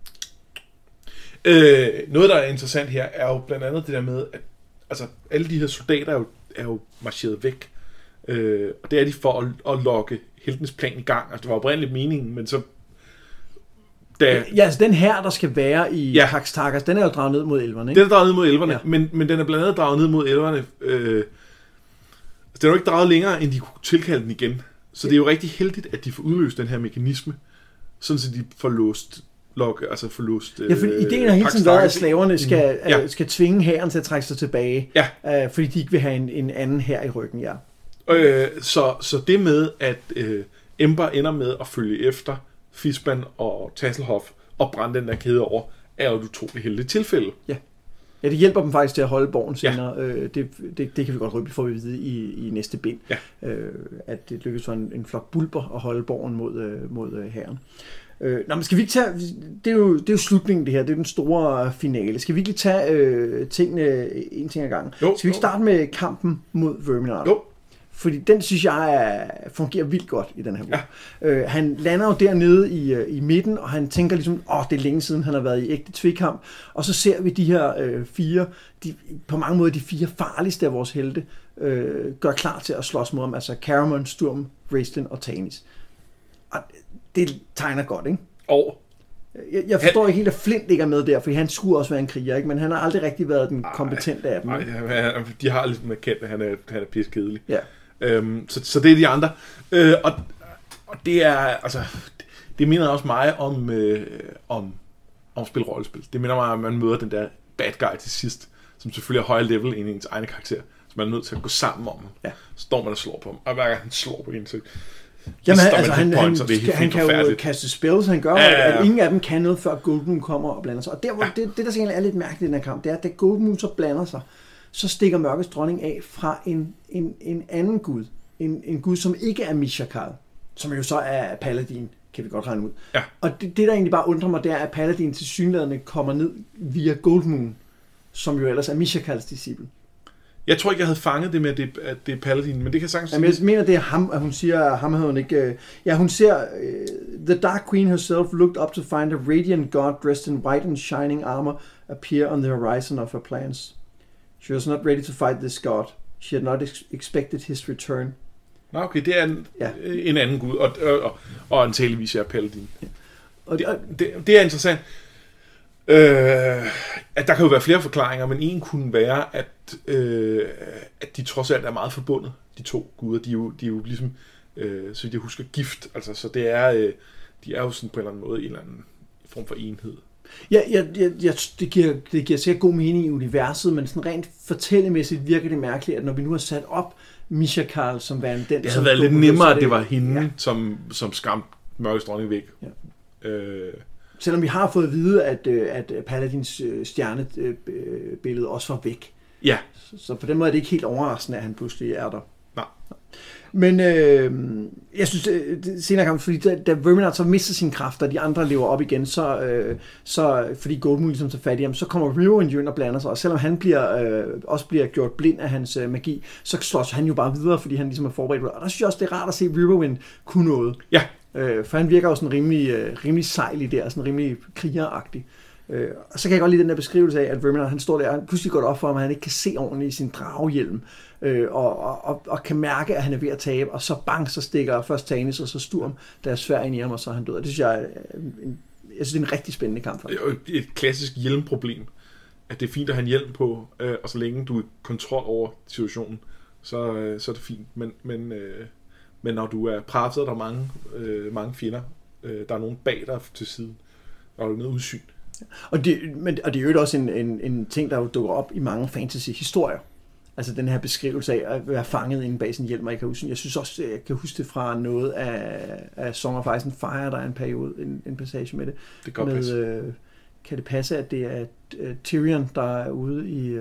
Øh, noget, der er interessant her, er jo blandt andet det der med, at altså, alle de her soldater er jo, er jo marcheret væk. Øh, og det er de for at, at lokke heltens plan i gang. Altså, det var oprindeligt meningen, men så... Da, ja, altså den her, der skal være i ja, Pax Tarkas, den er jo draget ned mod elverne, ikke? Den er draget ned mod elverne, ja. men, men den er blandt andet draget ned mod elverne. Øh, den er jo ikke draget længere, end de kunne tilkalde den igen. Så ja. Det er jo rigtig heldigt, at de får udløst den her mekanisme, sådan så de får låst log, altså forlust. Ja, for ideen har hele tiden været, at slaverne skal, mm. ja. skal tvinge hæren til at trække sig tilbage, ja. øh, fordi de ikke vil have en, en anden hær i ryggen, ja. Øh, så, så det med, at øh, Ember ender med at følge efter Fishman og Tasselhoff og brænde den der kæde over, er jo et utroligt heldigt tilfælde. Ja. Ja, det hjælper dem faktisk til at holde borgen senere. Ja. Øh, det, det, det kan vi godt røbe, får vi vide i, i næste bind. Ja. Øh, at det lykkedes for en, en flok bulber at holde borgen mod, øh, mod hæren. Øh, nå, men skal vi ikke tage... Det er, jo, det er jo slutningen, det her. Det er den store finale. Skal vi ikke tage øh, tingene en ting ad gangen? Jo, skal vi ikke starte med kampen mod Verminard? Jo. Fordi den, synes jeg, er, fungerer vildt godt i den her bog. Ja. Øh, han lander jo dernede i, i midten, og han tænker ligesom, åh, det er længe siden, han har været i ægte tvekamp. Og så ser vi de her øh, fire, de, på mange måder de fire farligste af vores helte, øh, gør klar til at slås mod ham. Altså Caramon, Sturm, Raistlin og Tanis. Og det tegner godt, ikke? Og jeg, jeg forstår han... ikke helt, at Flint ikke er med der, for han skulle også være en kriger, ikke? Men han har aldrig rigtig været den kompetente af dem. Nej, de har lidt med kendt, at han er, han er piskedelig. Ja. Øhm, så, så det er de andre. Øh, og, og det er, altså, det, det minder også mig om, øh, om, om spil rollespil. Det minder mig om, at man møder den der bad guy til sidst, som selvfølgelig er højere level end ens egne karakter. Så man er nødt til at gå sammen om ham. Ja. Så står man og slår på ham. Og hver gang han slår på en, så... Jamen, han, altså, han, point, han, han, han kan jo kaste spells, han gør, ja, ja, ja. At ingen af dem kan noget, før Goldmoon kommer og blander sig. Og der, hvor, ja. det, det, der egentlig er lidt mærkeligt i den her kamp, det er, at da Goldmoon så blander sig, så stikker Mørkets Dronning af fra en, en, en anden gud. En, en gud, som ikke er Mishakal, som jo så er Paladin, kan vi godt regne ud. Ja. Og det, det, der egentlig bare undrer mig, det er, at Paladin til synlædende kommer ned via Goldmoon, som jo ellers er Mishakals disciple. Jeg tror ikke, jeg havde fanget det med, at det, at det er Paladin, men det kan sagtens... Jamen, jeg mener, det er ham, at hun siger, at ham havde hun ikke... Ja, hun siger, uh, The Dark Queen herself looked up to find a radiant god dressed in white and shining armor appear on the horizon of her plans. She was not ready to fight this god. She had not ex- expected his return. Nå, okay, det er en, ja. en anden gud, og, og, og antageligvis er Paladin. Ja. Og det, det, det er interessant. Øh, at der kan jo være flere forklaringer, men en kunne være, at, øh, at de trods alt er meget forbundet, de to guder. De er jo, de er jo ligesom, øh, så jeg husker, gift. Altså, så det er, øh, de er jo sådan på en eller anden måde en eller anden form for enhed. Ja, ja, ja, ja det, giver, det giver sikkert god mening i universet, men sådan rent fortællemæssigt virker det mærkeligt, at når vi nu har sat op Mishakal som værende den... Det havde været lidt nemmere, at det var hende, ja. som, som skræmte Mørkets Dronning væk. Ja. Øh, Selvom vi har fået at vide, at, at Paladins stjernebillede også var væk. Ja. Så på den måde er det ikke helt overraskende, at han pludselig er der. Nej. Men øh, jeg synes, det, senere kamp, fordi da, da Verminard så mister sin kraft, og de andre lever op igen, så, øh, så fordi Goldmoon ligesom tager fat i ham, så kommer Riverwind jo ind og blander sig, og selvom han bliver, øh, også bliver gjort blind af hans øh, magi, så slås han jo bare videre, fordi han ligesom er forberedt. Og der synes jeg også, det er rart at se Riverwind kunne noget. Ja. Øh, for han virker jo sådan rimelig, øh, rimelig sejlig der, sådan rimelig krigeragtig. Øh, og så kan jeg godt lide den der beskrivelse af, at Verminard, han står der, og pludselig går det op for ham, at han ikke kan se ordentligt i sin dragehjelm, øh, og, og, og, og kan mærke, at han er ved at tabe, og så bang, så stikker først Tanis, og så Sturm, der er svær ind i ham, og så er han død. Og det synes jeg, er en, jeg synes, det er en rigtig spændende kamp. Det er jo et, et klassisk hjelmproblem, at det er fint at have en hjelm på, øh, og så længe du er kontrol over situationen, så, øh, så er det fint. Men, men, øh, men når du er presset, der er mange, øh, mange fjender, øh, der er nogen bag dig til siden, og der er noget udsyn. Og det, men, og det er jo også en, en, en ting, der jo dukker op i mange fantasy-historier. Altså den her beskrivelse af at være fanget inde bag sin hjelm, og jeg kan huske, jeg synes også, jeg kan huske det fra noget af, af Song of Ice and Fire, der er en periode, en, en passage med det. Det kan med, passe. Øh, kan det passe, at det er uh, Tyrion, der er ude i uh,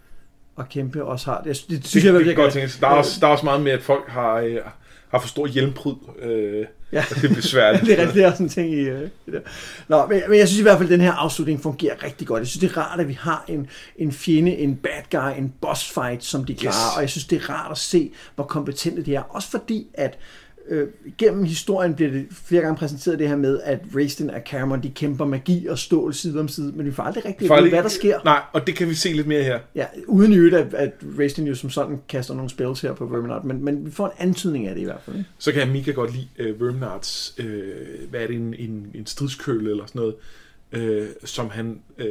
at kæmpe, også har det? Det, det synes det, jeg, det, jeg godt tænke. Der er, også, der er også meget med, at folk har, øh, har for stor hjelmpryd. Øh, ja. Det bliver svært. det er rigtig, det er sådan en ting i uh, det der. Nå, men, men jeg synes i hvert fald, at den her afslutning fungerer rigtig godt. Jeg synes, det er rart, at vi har en, en fjende, en bad guy, en boss fight, som de klarer. Yes. Og jeg synes, det er rart at se, hvor kompetente de er. Også fordi, at øh, gennem historien bliver det flere gange præsenteret det her med, at Raistlin og Caramon, de kæmper magi og stål side om side, men vi får aldrig rigtig at vide, hvad der sker. Nej, og det kan vi se lidt mere her. Ja, uden i øvrigt, at, at Raistlin jo som sådan kaster nogle spells her på Verminard, men, men vi får en antydning af det i hvert fald. Ikke? Så kan Mika godt lide uh, Verminards, uh, hvad er det, en, en, en stridskøle eller sådan noget, uh, som han, uh,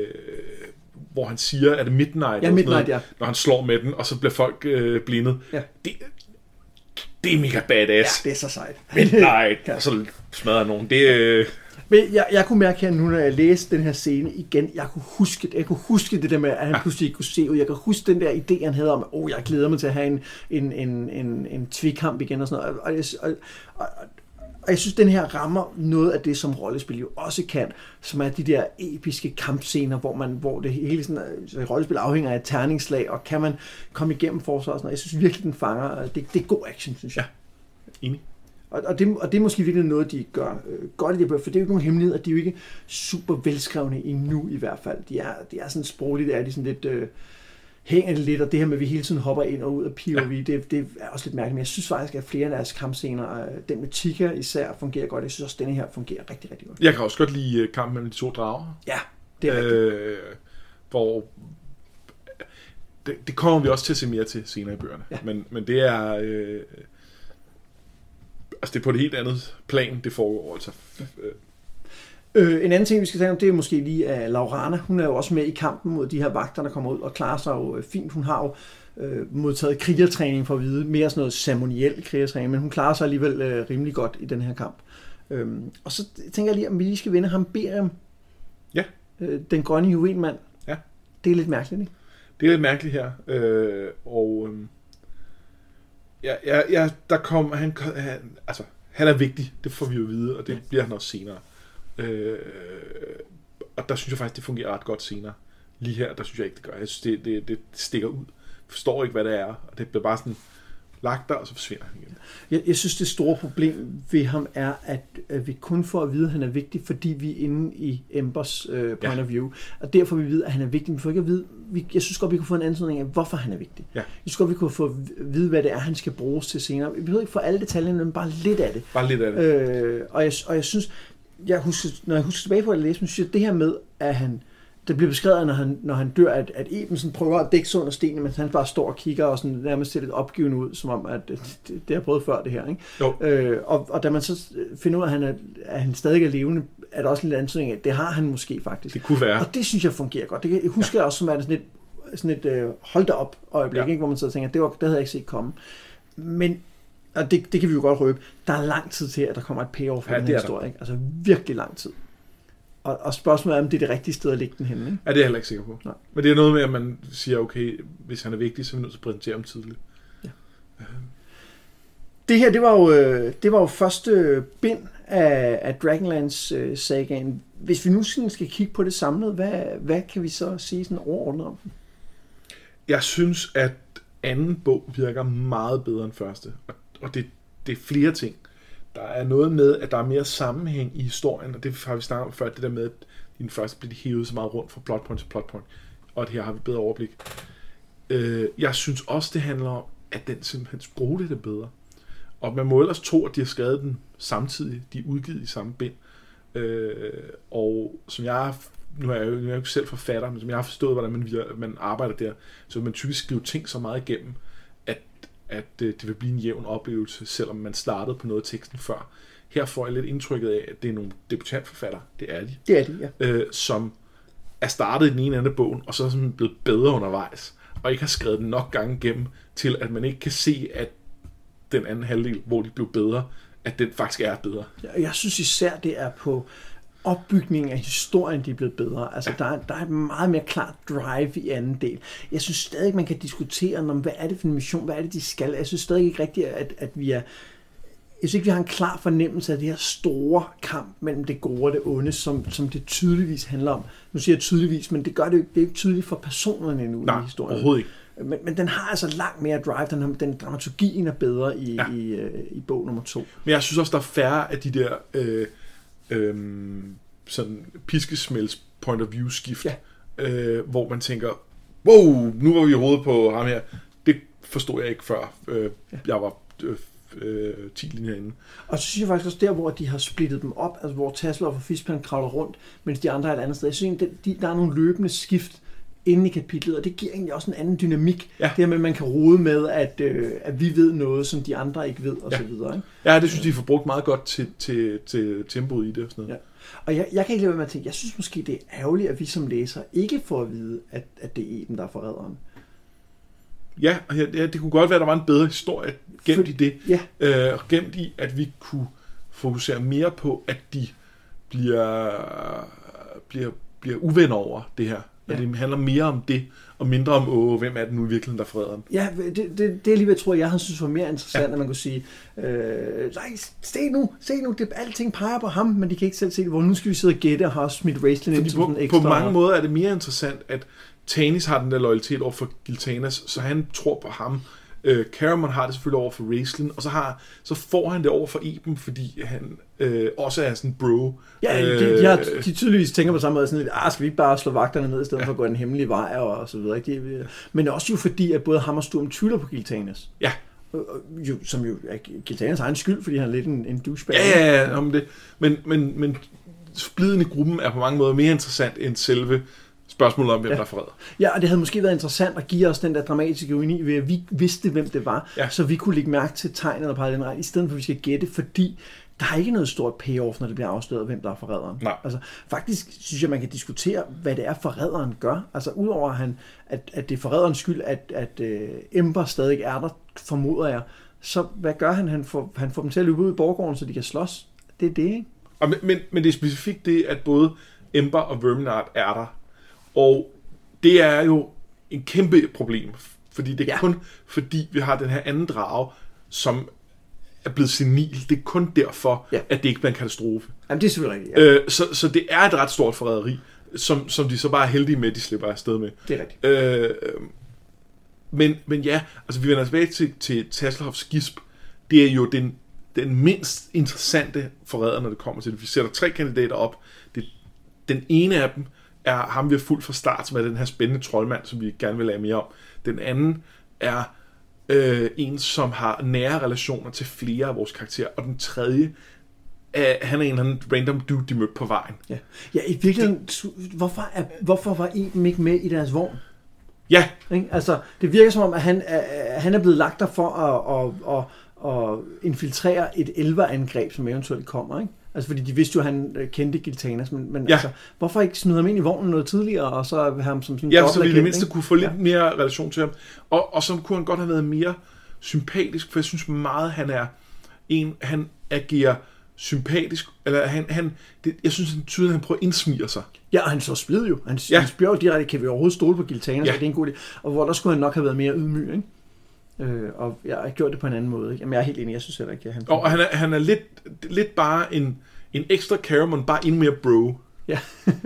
hvor han siger, er det Midnight? Ja, Midnight, noget, ja. Når han slår med den, og så bliver folk uh, blindet. Ja. Det, det er mega badass. Ja, det er så sejt. Midnight, og så smadrer nogen. Det, uh... Men jeg, jeg kunne mærke her nu, når jeg læste den her scene igen, jeg kunne huske, jeg kunne huske det der med, at han ja. pludselig ikke kunne se ud. Jeg kan huske den der idé, han havde om, at oh, jeg glæder mig til at have en, en, en, en, en tvekamp igen og sådan noget. Og jeg, og, og, og jeg synes, den her rammer noget af det, som rollespil jo også kan, som er de der episke kampscener, hvor, man, hvor det hele sådan, så rollespil afhænger af terningslag, og kan man komme igennem forsvar og sådan noget. Jeg synes virkelig, den fanger. Det, det er god action, synes jeg. Ja, enig. Og, og, det, og det er måske virkelig noget, de gør øh, godt i det, for det er jo ikke nogen hemmelighed, at de er jo ikke super velskrevne endnu i hvert fald. De er, de er sådan sprogligt, er de sådan lidt, øh, hænger det lidt, og det her med, at vi hele tiden hopper ind og ud af P O V, ja. det, det er også lidt mærkeligt. Men jeg synes faktisk, at flere af deres kampscener, øh, den med Tika især, fungerer godt. Jeg synes også, at denne her fungerer rigtig, rigtig godt. Jeg kan også godt lide kampen mellem de to drager. Ja, det er rigtigt. Øh, hvor det, det kommer vi også til at se mere til senere i bøgerne. Ja. Men, men det er... Øh, Altså det er på et helt andet plan, det foregår altså. Øh, en anden ting, vi skal tale om, det er måske lige af Laurana. Hun er jo også med i kampen mod de her vagter, der kommer ud og klarer sig jo fint. Hun har jo øh, modtaget krigertræning for at vide, mere sådan noget ceremoniel krigertræning, men hun klarer sig alligevel øh, rimelig godt i den her kamp. Øhm, og så tænker jeg lige, om vi lige skal vinde ham Berium. Ja. Øh, den grønne juvelmand. Ja. Det er lidt mærkeligt, ikke? Det er lidt mærkeligt her. Øh, og... Øh... Ja, ja, ja, der kom han, han, altså, han er vigtig, det får vi jo vide, og det bliver han også senere. Øh, og der synes jeg faktisk, det fungerer ret godt senere. Lige her, der synes jeg ikke, det gør. Jeg synes, det, det, det stikker ud. Jeg forstår ikke, hvad det er, og det bliver bare sådan lagt der, og så forsvinder han igen. Jeg, jeg synes, det store problem ved ham er, at, at vi kun får at vide, at han er vigtig, fordi vi er inde i Embers øh, point ja. of view. Og derfor vil vi vide, at han er vigtig. Vi får ikke at vide, vi, jeg synes godt, vi kunne få en ansøgning af, hvorfor han er vigtig. Ja. Jeg synes godt, vi kunne få at vide, hvad det er, han skal bruges til senere. Vi behøver ikke få alle detaljerne, men bare lidt af det. Bare lidt af det. Øh, og, jeg, og jeg synes, jeg husker, når jeg husker tilbage på at læse, synes jeg, det her med, at han... Det bliver beskrevet, når han, når han dør, at, at Ebensen prøver at dække sig under stenen, mens han bare står og kigger og sådan nærmest ser lidt opgivende ud, som om, at det, det, det har prøvet før det her. Ikke? Øh, og, og da man så finder ud af, at han, er, at han stadig er levende, er der også en lille antydning af, at det har han måske faktisk. Det kunne være. Og det synes jeg fungerer godt. Det jeg husker jeg også, som er sådan et, sådan et uh, hold da op øjeblik, ja. Ikke? Hvor man så tænker, det, var, det havde jeg ikke set komme. Men, og det, det kan vi jo godt røbe, der er lang tid til, at der kommer et payoff ja, den her historie. Ikke? Altså virkelig lang tid. Og, og spørgsmålet er, om det er det rigtige sted at lægge den henne. Ikke? Ja, det er jeg heller ikke sikker på. Nej. Men det er noget med, at man siger, okay, hvis han er vigtig, så er vi nødt til at præsentere ham tidligt. Ja. Uh. Det her, det var jo, det var jo første bind af, af Dragonlance-sagaen. Hvis vi nu skal kigge på det samlet, hvad, hvad kan vi så sige sådan overordnet om den? Jeg synes, at anden bog virker meget bedre end første. Og, og det, det er flere ting. Der er noget med, at der er mere sammenhæng i historien, og det har vi snakket om før, det der med, at i den første bliver de hævet så meget rundt fra plotpoint til plotpoint, og at her har vi bedre overblik. Øh, jeg synes også, det handler om, at den simpelthen sprogligt er bedre. Og man må ellers tro, at de har skrevet den samtidig, de er udgivet i samme bind. Øh, og som jeg nu er jeg jo, nu er jeg jo ikke selv forfatter, men som jeg har forstået, hvordan man, man arbejder der, så vil man typisk skrive ting så meget igennem, at det vil blive en jævn oplevelse, selvom man startede på noget af teksten før. Her får jeg lidt indtrykket af, at det er nogle debutantforfattere, det er de, det er de ja. øh, som er startet i den ene anden bogen, og så er sådan blevet bedre undervejs, og ikke har skrevet den nok gange igennem, til at man ikke kan se, at den anden halvdel, hvor de blev bedre, at den faktisk er bedre. Jeg synes især, det er på opbygningen af historien, de er blevet bedre. Altså, ja. der, er, der er et meget mere klart drive i anden del. Jeg synes stadig, man kan diskutere om, hvad er det for en mission, hvad er det, de skal. Jeg synes stadig ikke rigtigt, at, at vi er... Jeg synes ikke, vi har en klar fornemmelse af det her store kamp mellem det gode og det onde, som, som det tydeligvis handler om. Nu siger jeg tydeligvis, men det gør det jo ikke, det er ikke tydeligt for personerne endnu Nej, i historien. overhovedet ikke. Men, men den har altså langt mere drive, den, den dramaturgien er bedre i, ja. i, i, i bog nummer to. Men jeg synes også, der er færre af de der øh, øh, sådan piskesmælds point of view skift, ja. øh, hvor man tænker, wow, nu var vi i hovedet på ham her. Det forstod jeg ikke før. Øh, ja. Jeg var øh, øh, ti linjer inde. Og så synes jeg faktisk også der, hvor de har splittet dem op, altså hvor Tasselhoff og Fispern kravler rundt, mens de andre er et andet sted. Jeg synes egentlig, de, der er nogle løbende skift inde i kapitlet, og det giver egentlig også en anden dynamik. Ja. Det her med, at man kan rode med, at, øh, at vi ved noget, som de andre ikke ved, og ja. så videre. Ikke? Ja, det synes de får brugt meget godt til, til, til tempoet i det og sådan noget. Ja. Og jeg, jeg kan ikke lade være med at tænke, jeg synes måske, det er ærgerligt, at vi som læser ikke får at vide, at, at det er Eben, der er forræderen. Ja, ja, det kunne godt være, at der var en bedre historie gemt For, i det. Ja. Øh, gemt i, at vi kunne fokusere mere på, at de bliver, bliver, bliver uvenner over det her. Ja. Det handler mere om det, og mindre om, åh, hvem er det nu i virkeligheden, der freder dem. Ja, det, det, det er lige hvad jeg tror, jeg har synes var mere interessant, ja. At man kunne sige, øh, nej, se nu, se nu, det, alting peger på ham, men de kan ikke selv se det, hvor nu skal vi sidde og gætte og have smidt Raistlin ind som på, sådan ekstra. På mange måder er det mere interessant, at Tanis har den der loyalitet over for Giltanas, så han tror på ham. Øh, Caramon har det selvfølgelig over for Raistlin, og så, har, så får han det over for Eben, fordi han øh, også er sådan bro. Ja, de, de, har, de tydeligvis tænker på samme måde, sådan lidt, ah, skal vi ikke bare slå vagterne ned, i stedet ja. For at gå en hemmelig vej, og, og så videre. Ikke? De, men også jo fordi, at både ham og Sturm tvivler på Giltanas. Ja. Jo, som jo er Giltanas egen skyld, fordi han er lidt en, en douchebag. Ja, ja, ja, om det. Men, men, men spliden i gruppen er på mange måder mere interessant end selve spørgsmålet om, hvem ja. Der forræder. Ja, og det havde måske været interessant at give os den der dramatiske ironi ved, at vi vidste, hvem det var, ja. Så vi kunne lægge mærke til tegnet og pege den ret, i stedet for, at vi skal gætte, fordi der er ikke noget stort payoff, når det bliver afsløret, hvem der er forræderen. Nej. Altså, faktisk synes jeg, man kan diskutere, hvad det er, forræderen gør. Altså, udover at, han, at, at det er forræderens skyld, at, at uh, Ember stadig er der, formoder jeg, så hvad gør han? Han får, han får dem til at løbe ud i borggården, så de kan slås. Det er det, ikke? Og men, men, men det er specifikt det, at både Ember og Verminard er der. Og det er jo en kæmpe problem, fordi det er ja. Kun fordi vi har den her anden drage, som er blevet senil. Det er kun derfor, ja. At det ikke bliver en katastrofe. Jamen, det er selvfølgelig rigtigt. Ja. Øh, så, så det er et ret stort forræderi, som, som de så bare er heldige med, at de slipper afsted med. Det er rigtigt. Øh, men, men ja, altså vi vender tilbage til, til Tasslehoffs gisp. Det er jo den, den mindst interessante forræder, når det kommer til det. Vi sætter tre kandidater op. Det, den ene af dem er ham, vi har fuldt fra start, som er den her spændende troldmand, som vi gerne vil lade mere om. Den anden er øh, en, som har nære relationer til flere af vores karakterer. Og den tredje, er, han er en eller anden random dude, de mødte på vejen. Ja, ja i virkeligheden, det, hvorfor, er, hvorfor var Eben ikke med i deres vogn? Ja. Ikke? Altså, det virker som om, at han, at han er blevet lagt der for at, at, at, at infiltrere et elverangreb, som eventuelt kommer, ikke? Altså, fordi de vidste jo, at han kendte Giltanas, men, men ja. Altså, hvorfor ikke smide ham ind i vognen noget tidligere, og så have ham som sådan en ja, så vi i det mindste ikke? Kunne få lidt ja. Mere relation til ham. Og, og så kunne han godt have været mere sympatisk, for jeg synes meget, han er en, han agerer sympatisk, eller han, han det, jeg synes, han tydeligt, at han prøver at indsmire sig. Ja, og han så splid jo. Han, ja. Han spørger jo direkte, kan vi overhovedet stole på Giltanas, ja. Så det er en god idé. Og hvor der skulle han nok have været mere ydmyg, ikke? Øh, og jeg har gjort det på en anden måde, ikke? Jamen, jeg er helt enig, jeg synes heller ikke, at han... Og han er, han er lidt, lidt bare en, en ekstra Caramon, bare endnu mere bro. Ja.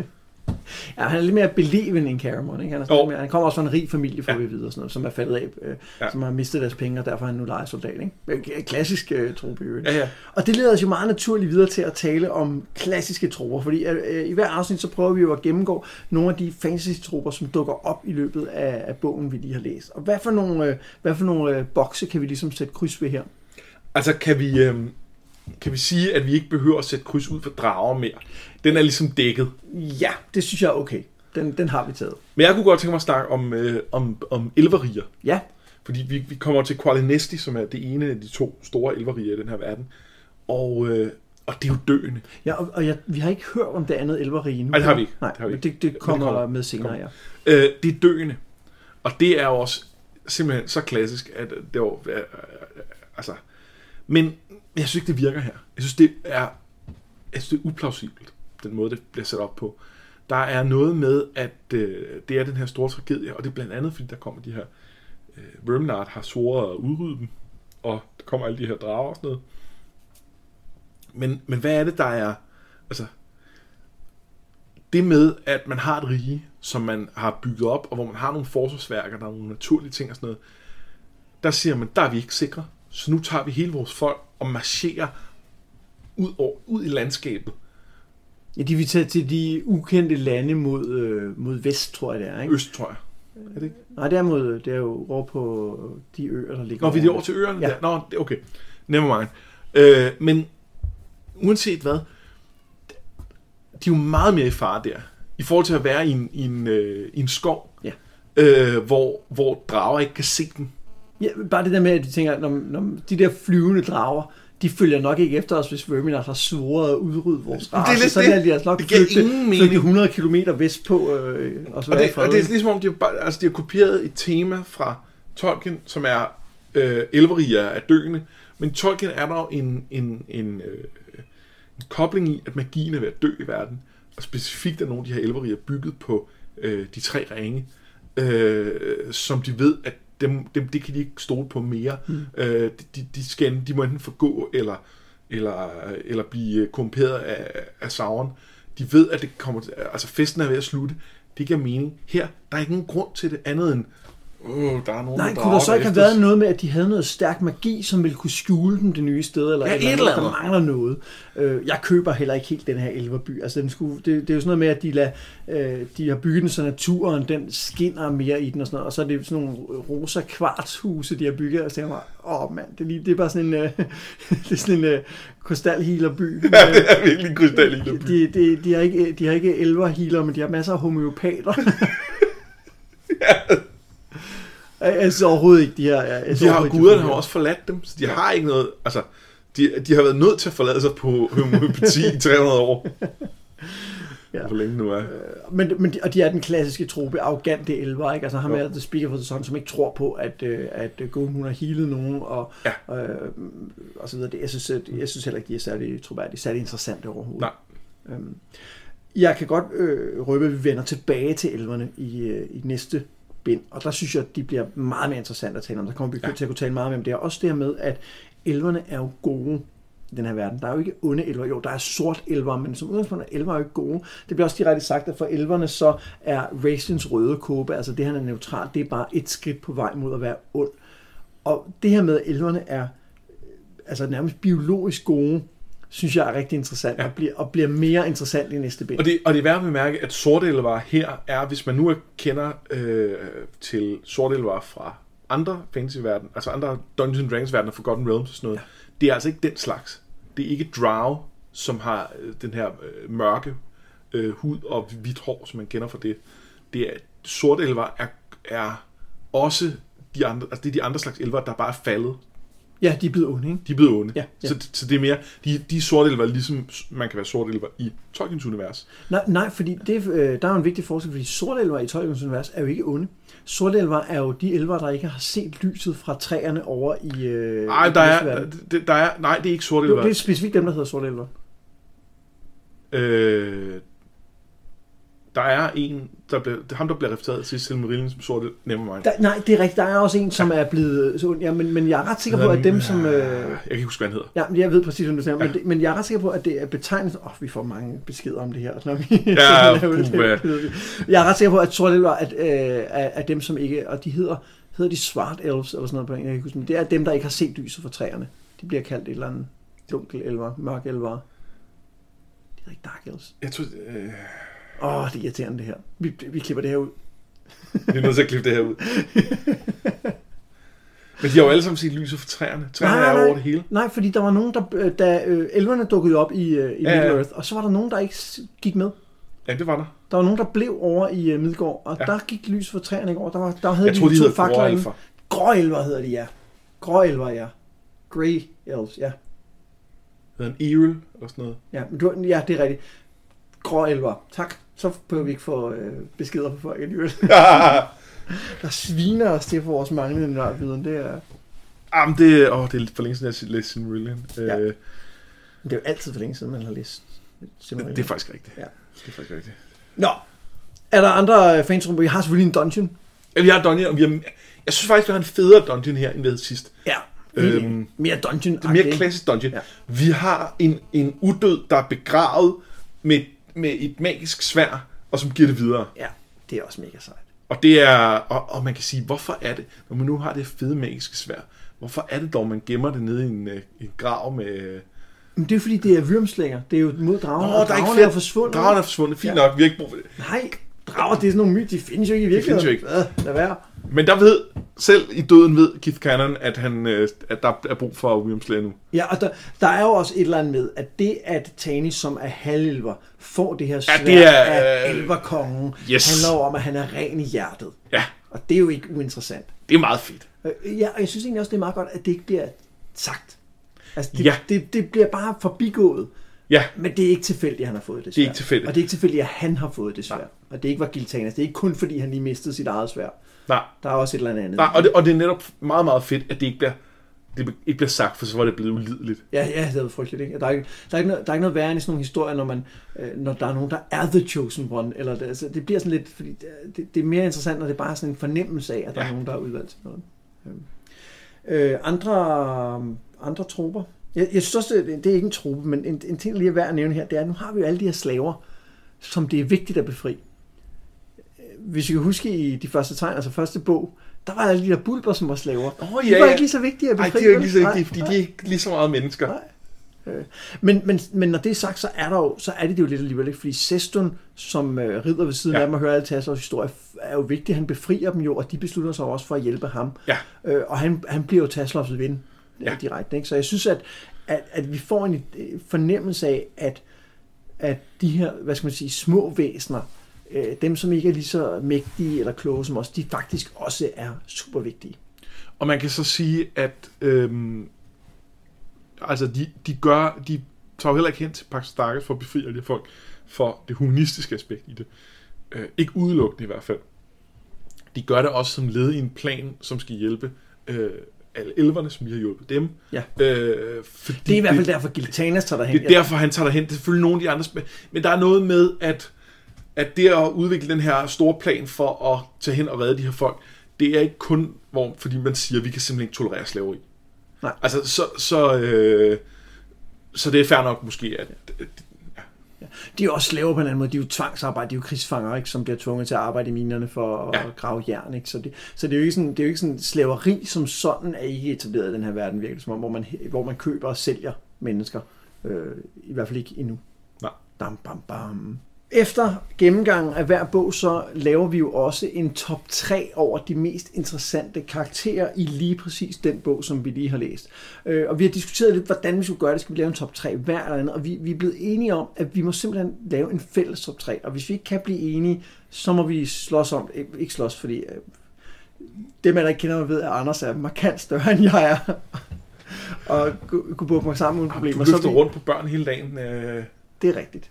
Ja, han er lidt mere belevende end Caramon, ikke? Han, er oh. mere, han kommer også fra en rig familie, for ja. Vi ved, og sådan noget, som er faldet af, øh, ja. Som har mistet deres penge, og derfor er han nu lejesoldat, ikke? Klassisk øh, trope. Ja, ja. Og det leder os jo meget naturligt videre til at tale om klassiske troper, fordi øh, i hver afsnit, så prøver vi jo at gennemgå nogle af de fantasy-troper, som dukker op i løbet af, af bogen, vi lige har læst. Og hvad for nogle, øh, hvad for nogle øh, bokse kan vi ligesom sætte kryds ved her? Altså, kan vi... Øh... Kan vi sige, at vi ikke behøver at sætte kryds ud for drager mere? Den er ligesom dækket. Ja, det synes jeg er okay. Den, den har vi taget. Men jeg kunne godt tænke mig at snakke om, øh, om, om elveriger. Ja. Fordi vi, vi kommer til Qualinesti, som er det ene af de to store elveriger i den her verden. Og, øh, og det er jo døende. Ja, og, og jeg, vi har ikke hørt om det andet elverige nu. Nej, det har vi ikke. Nej, det, har vi ikke. Det, det, kommer det kommer med senere, kommer. Ja. Øh, det er døende. Og det er jo også simpelthen så klassisk, at det var... Øh, altså... Men jeg synes ikke, det virker her. Jeg synes, det er, jeg synes, det er uplausibelt, den måde, det bliver sat op på. Der er noget med, at øh, det er den her store tragedie, og det er blandt andet, fordi der kommer de her... Øh, Verminard har svoret at udrydde dem, og der kommer alle de her drager og sådan noget. Men, men hvad er det, der er... Altså, det med, at man har et rige, som man har bygget op, og hvor man har nogle forsvarsværker, der er nogle naturlige ting og sådan noget, der siger man, der er vi ikke sikre. Så nu tager vi hele vores folk og marcherer ud, over, ud i landskabet. Ja, de vil tage til de ukendte lande mod, øh, mod vest, tror jeg det er, ikke? Øst, tror jeg. Er det ikke? Nej, det er, mod, det er jo over på de øer, der ligger. Nå, vi er over til øerne ja. Der? Nå, okay. Never mind. Øh, men uanset hvad, de er jo meget mere i fare der, i forhold til at være i en, i en, øh, i en skov, ja. øh, hvor, hvor drager ikke kan se dem. Ja, bare det der med, at de tænker, når, når de der flyvende drager, de følger nok ikke efter os, hvis Verminard har svoret at udrydde vores race. Så er de altså nok flygte hundrede kilometer vest på. Øh, og, så og, det, og det er ligesom om, de har, bare, altså, de har kopieret et tema fra Tolkien, som er øh, elveriger af døende. Men i Tolkien er der jo en, en, en, øh, en kobling i, at magien er ved at dø i verden, og specifikt er nogle af de her elveriger bygget på øh, de tre ringe, øh, som de ved, at dem, dem, det kan de ikke stole på mere. Mm. Øh, de, de, skal, de må enten forgå, eller, eller, eller blive korrumperet af, af Sauron. De ved, at det kommer til, altså festen er ved at slutte. Det giver mening. Her, der er ikke nogen grund til det andet end Uh, der er nogen, Nej, der kunne der så ikke have været noget med, at de havde noget stærk magi, som ville kunne skjule dem det nye sted, eller, ja, eller, et eller andet, der mangler noget. Øh, jeg køber heller ikke helt den her elverby. Altså, den skulle, det, det er jo sådan noget med, at de, lader, øh, de har bygget den, så naturen den skinner mere i den, og sådan noget, og så er det sådan nogle rosa kvartshuse, de har bygget, og så tænker jeg mig, åh mand, det er, lige, det er bare sådan en, øh, det er sådan en øh, krystalhealerby. Ja, det er virkelig en krystalhealerby. De, de, de, har ikke, de har ikke elverhealer, men de har masser af homeopater. Ja. Jeg synes overhovedet ikke, de her... Jeg de har guderne har også forladt dem, så de ja. har ikke noget... Altså, de, de har været nødt til at forlade sig på homøopati i tre hundrede år. Ja. Hvor længe nu er. Men, men de, og de er den klassiske trope, arrogante elver, ikke? Altså ham er The Speaker for the Sun, som ikke tror på, at, at Gollum, hun har healet nogen, og, ja. øh, og så videre. Det, jeg, synes, jeg synes heller ikke, de er særlig troværdige, særlig interessante overhovedet. Nej. Øhm, jeg kan godt øh, røbe, at vi vender tilbage til elverne i, øh, i næste bind, og der synes jeg, at de bliver meget mere interessante at tale om. Der kommer vi ja. til at kunne tale meget mere om det. Og også det her med, at elverne er jo gode i den her verden. Der er jo ikke onde elver. Jo, der er sort elver, men som udgangspunkt er elver jo ikke gode. Det bliver også direkte sagt, at for elverne så er Raistlins røde kåbe, altså det, han er neutral, det er bare et skridt på vej mod at være ond. Og det her med, at elverne er altså nærmest biologisk gode, synes jeg er rigtig interessant, ja. og, bliver, og bliver mere interessant i næste bind. Og det, og det er værd at bemærke, at sortelver her er, hvis man nu kender øh, til sortelver fra andre fantasy-verden, altså andre Dungeons and Dragons-verdener, Forgotten Realms og sådan noget, ja. det er altså ikke den slags. Det er ikke Drow, som har øh, den her øh, mørke øh, hud og hvidt hår, som man kender fra det. Det er, sortelver er, er også de andre, altså det er de andre slags elver, der bare er faldet. Ja, de er blevet onde, ikke? De er blevet onde. Ja, ja. Så, så det er mere, de, de er sortelver, ligesom man kan være sortelver i Tolkiens univers. Nej, nej fordi det, øh, der er en vigtig forskel, fordi sortelver i Tolkiens univers er jo ikke onde. Sortelver er jo de elver, der ikke har set lyset fra træerne over i øh, nej, der er, der, der er, nej, det er ikke sortelver. Jo, det er specifikt dem, der hedder sortelver. Øh... Der er en, der bliver, det er ham, der bliver refereret til Silmarillion som sorte, Nevermind. Der, nej, det er rigtigt. Der er også en, som ja. er blevet så ond. Ja, men, men jeg er ret sikker på, at dem, som... Øh, jeg kan ikke huske, hvad han hedder. Ja, jeg ved præcis, hvad du siger. Ja. Men, men jeg er ret sikker på, at det er betegnelsen... Åh, oh, vi får mange beskeder om det her. Når vi, ja, det. Jeg er ret sikker på, at sorte elver at, øh, er dem, som ikke... Og de hedder, hedder de svart elves, eller sådan noget på en, jeg kan huske. Det er dem, der ikke har set lyset fra træerne. De bliver kaldt et eller andet dunkel elver, mørk elver. De hedder ikke dark elves. Jeg tror... Øh... Åh, oh, det er irriterende det her. Vi, vi klipper det her ud. Vi er nødt til at klippe det her ud. Men de har jo alle sammen set lyset fra træerne. Træerne nej, er nej, over det hele. Nej, fordi der var nogen, der... Da øh, elverne dukkede op i, øh, i ja, Middle ja. Earth, og så var der nogen, der ikke gik med. Ja, det var der. Der var nogen, der blev over i uh, Midgård, og ja. der gik lys fra træerne ikke over. Der, var, der havde Jeg de tror, de to hedder fakler. Gråelver hedder de, ja. Gråelver, ja. Grey elves, ja. Hedder en Earl, eller sådan noget. Ja, men du, ja, det er rigtigt. Gråelver, tak. Så behøver vi ikke få øh, beskeder på folk alligevel. Der sviner os til for vores manglende nørdviden. Det er... Jamen, det, åh, det er for længe siden, jeg har læst Silmarillion. Ja. Øh, det er jo altid for længe siden, man har læst Silmarillion. Det er faktisk rigtigt. Ja. Det er faktisk rigtigt. Nå, er der andre fans, vi har selvfølgelig en dungeon? Ja, vi har dungeon, og vi har, jeg synes faktisk, vi har en federe dungeon her, end vi havde sidst. Ja, øhm, mere dungeon. Det er mere klassisk dungeon. Ja. Vi har en, en udød, der er begravet med med et magisk sværd, og som giver det videre. Ja, det er også mega sejt. Og det er, og, og man kan sige, hvorfor er det, når man nu har det fede magiske sværd, hvorfor er det dog, man gemmer det nede i en, en grav med... Men det er fordi, det er vyrmslænger. Det er jo mod dragen, oh, og dragen er forsvundet. Dragen er forsvundet, fint ja. nok, vi har ikke brug for det. Nej, drager, det er sådan nogle myter, de findes jo ikke i virkeligheden. De findes jo ikke. Hvad? Lad være. Men der ved, selv i døden ved Keith Cannon, at, han, at der er brug for Wyrmslayer nu. Ja, og der, der er jo også et eller andet med, at det, at Tanis, som er halvelver, får det her sværd ja, af elverkongen, yes. handler om, at han er ren i hjertet. Ja. Og det er jo ikke uinteressant. Det er meget fedt. Ja, og jeg synes egentlig også, det er meget godt, at det ikke bliver sagt. Altså, det, ja. det, det bliver bare forbigået. Ja. Men det er ikke tilfældigt, at han har fået det sværd. Det er ikke tilfældigt. Og det er ikke tilfældigt, at han har fået det sværd. Og det ikke var Giltanas. Det er ikke kun fordi, han lige mistede sit eget sværd. Nej. Der er også et eller andet andet. Nej, og det, og det er netop meget, meget fedt, at det ikke bliver, det ikke bliver sagt, for så var det blevet ulideligt. Ja, ja, det er frygteligt, ikke? Der er ikke, der er ikke, noget, der er ikke noget værre end i sådan nogle historier, når, man, øh, når der er nogen, der er the chosen one. Eller det, altså, det bliver sådan lidt, fordi det, det er mere interessant, når det er bare sådan en fornemmelse af, at der ja. er nogen, der er udvalgt til noget. Øh, andre, andre troper. Jeg, jeg synes også, det, det er ikke en trope, men en, en ting, der lige er værd at nævne her, det er, at nu har vi jo alle de her slaver, som det er vigtigt at befri. Hvis I kan huske i de første tegn, altså første bog, der var alle de der bulber, som var slaver. Oh, ja, de var ja. ikke lige så vigtige at befri. Nej, de er ikke lige så vigtige, fordi nej. de er ikke lige så meget mennesker. Nej. Men, men, men når det er sagt, så er, der jo, så er det, det jo lidt alligevel ikke, fordi Sestun, som øh, rider ved siden ja. af dem og hører alle Tassers historie, er jo vigtig. Han befrier dem jo, og de beslutter sig også for at hjælpe ham. Ja. Øh, og han, han bliver jo Tasselhoffs ven ja. direkte. Ikke? Så jeg synes, at, at, at vi får en fornemmelse af, at, at de her, hvad skal man sige, små væsener, øh, dem som ikke er lige så mægtige eller kloge som os, de faktisk også er super vigtige. Og man kan så sige, at øhm, altså de, de gør, de tager jo heller ikke hen til Pax Tarkas for at befri de her folk for det humanistiske aspekt i det. Øh, ikke udelukkende i hvert fald. De gør det også som led i en plan, som skal hjælpe øh, alle elverne, som vi har hjulpet dem. Ja. Øh, det er i hvert fald derfor, Giltanas tager derhen. Det er derfor, han tager derhen. Det er selvfølgelig nogle af de andre. Men der er noget med, at, at det at udvikle den her store plan for at tage hen og redde de her folk, det er ikke kun, hvor, fordi man siger, at vi kan simpelthen ikke tolerere slaveri. Nej. Altså, så, så, øh, så det er fair nok måske, at... Ja. Ja. De er jo også slaver på en anden måde. De er jo tvangsarbejde, de er jo krigsfanger, ikke, som bliver tvunget til at arbejde i minerne for at ja. grave jern. Ikke? Så, det, så det er jo ikke sådan, det er jo ikke sådan slaveri som sådan er ikke etableret i den her verden, virkelig, som om, hvor man, hvor man køber og sælger mennesker. Øh, I hvert fald ikke endnu. Nej. Dam, bam, bam. Efter gennemgangen af hver bog, så laver vi jo også en top tre over de mest interessante karakterer i lige præcis den bog, som vi lige har læst. Og vi har diskuteret lidt, hvordan vi skulle gøre det. Skal vi lave en top tre hver eller andet? Og vi, vi er blevet enige om, at vi må simpelthen lave en fælles top tre. Og hvis vi ikke kan blive enige, så må vi slås om. Ikke slås, fordi det, man ikke kender mig ved, at Anders er markant større, end jeg er. Og kunne bukke mig sammen uden problemer. Du løfter rundt på børn hele dagen. Det er rigtigt.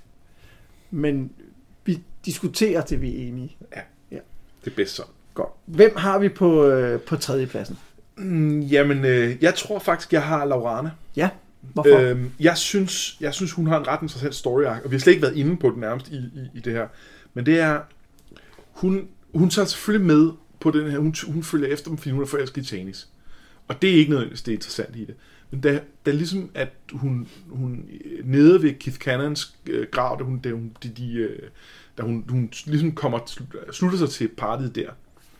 Men vi diskuterer, til vi er enige. Ja, ja. Det er bedst sådan. Godt. Hvem har vi på, øh, på tredjepladsen? Mm, jamen, øh, jeg tror faktisk, jeg har Laurana. Ja, hvorfor? Øhm, jeg, synes, jeg synes, hun har en ret interessant story arc, og vi har slet ikke været inde på det nærmest i, i, i det her. Men det er, hun, hun tager selvfølgelig med på den her, hun, hun følger efter dem, fordi hun er forelsket i Tanis. Og det er ikke nødvendigvis det interessante i det. Men da, da ligesom, at hun, hun nede ved Keith Cannons øh, grav, da hun, da hun, de, de, øh, da hun, hun ligesom kommer, slutter sig til partiet der,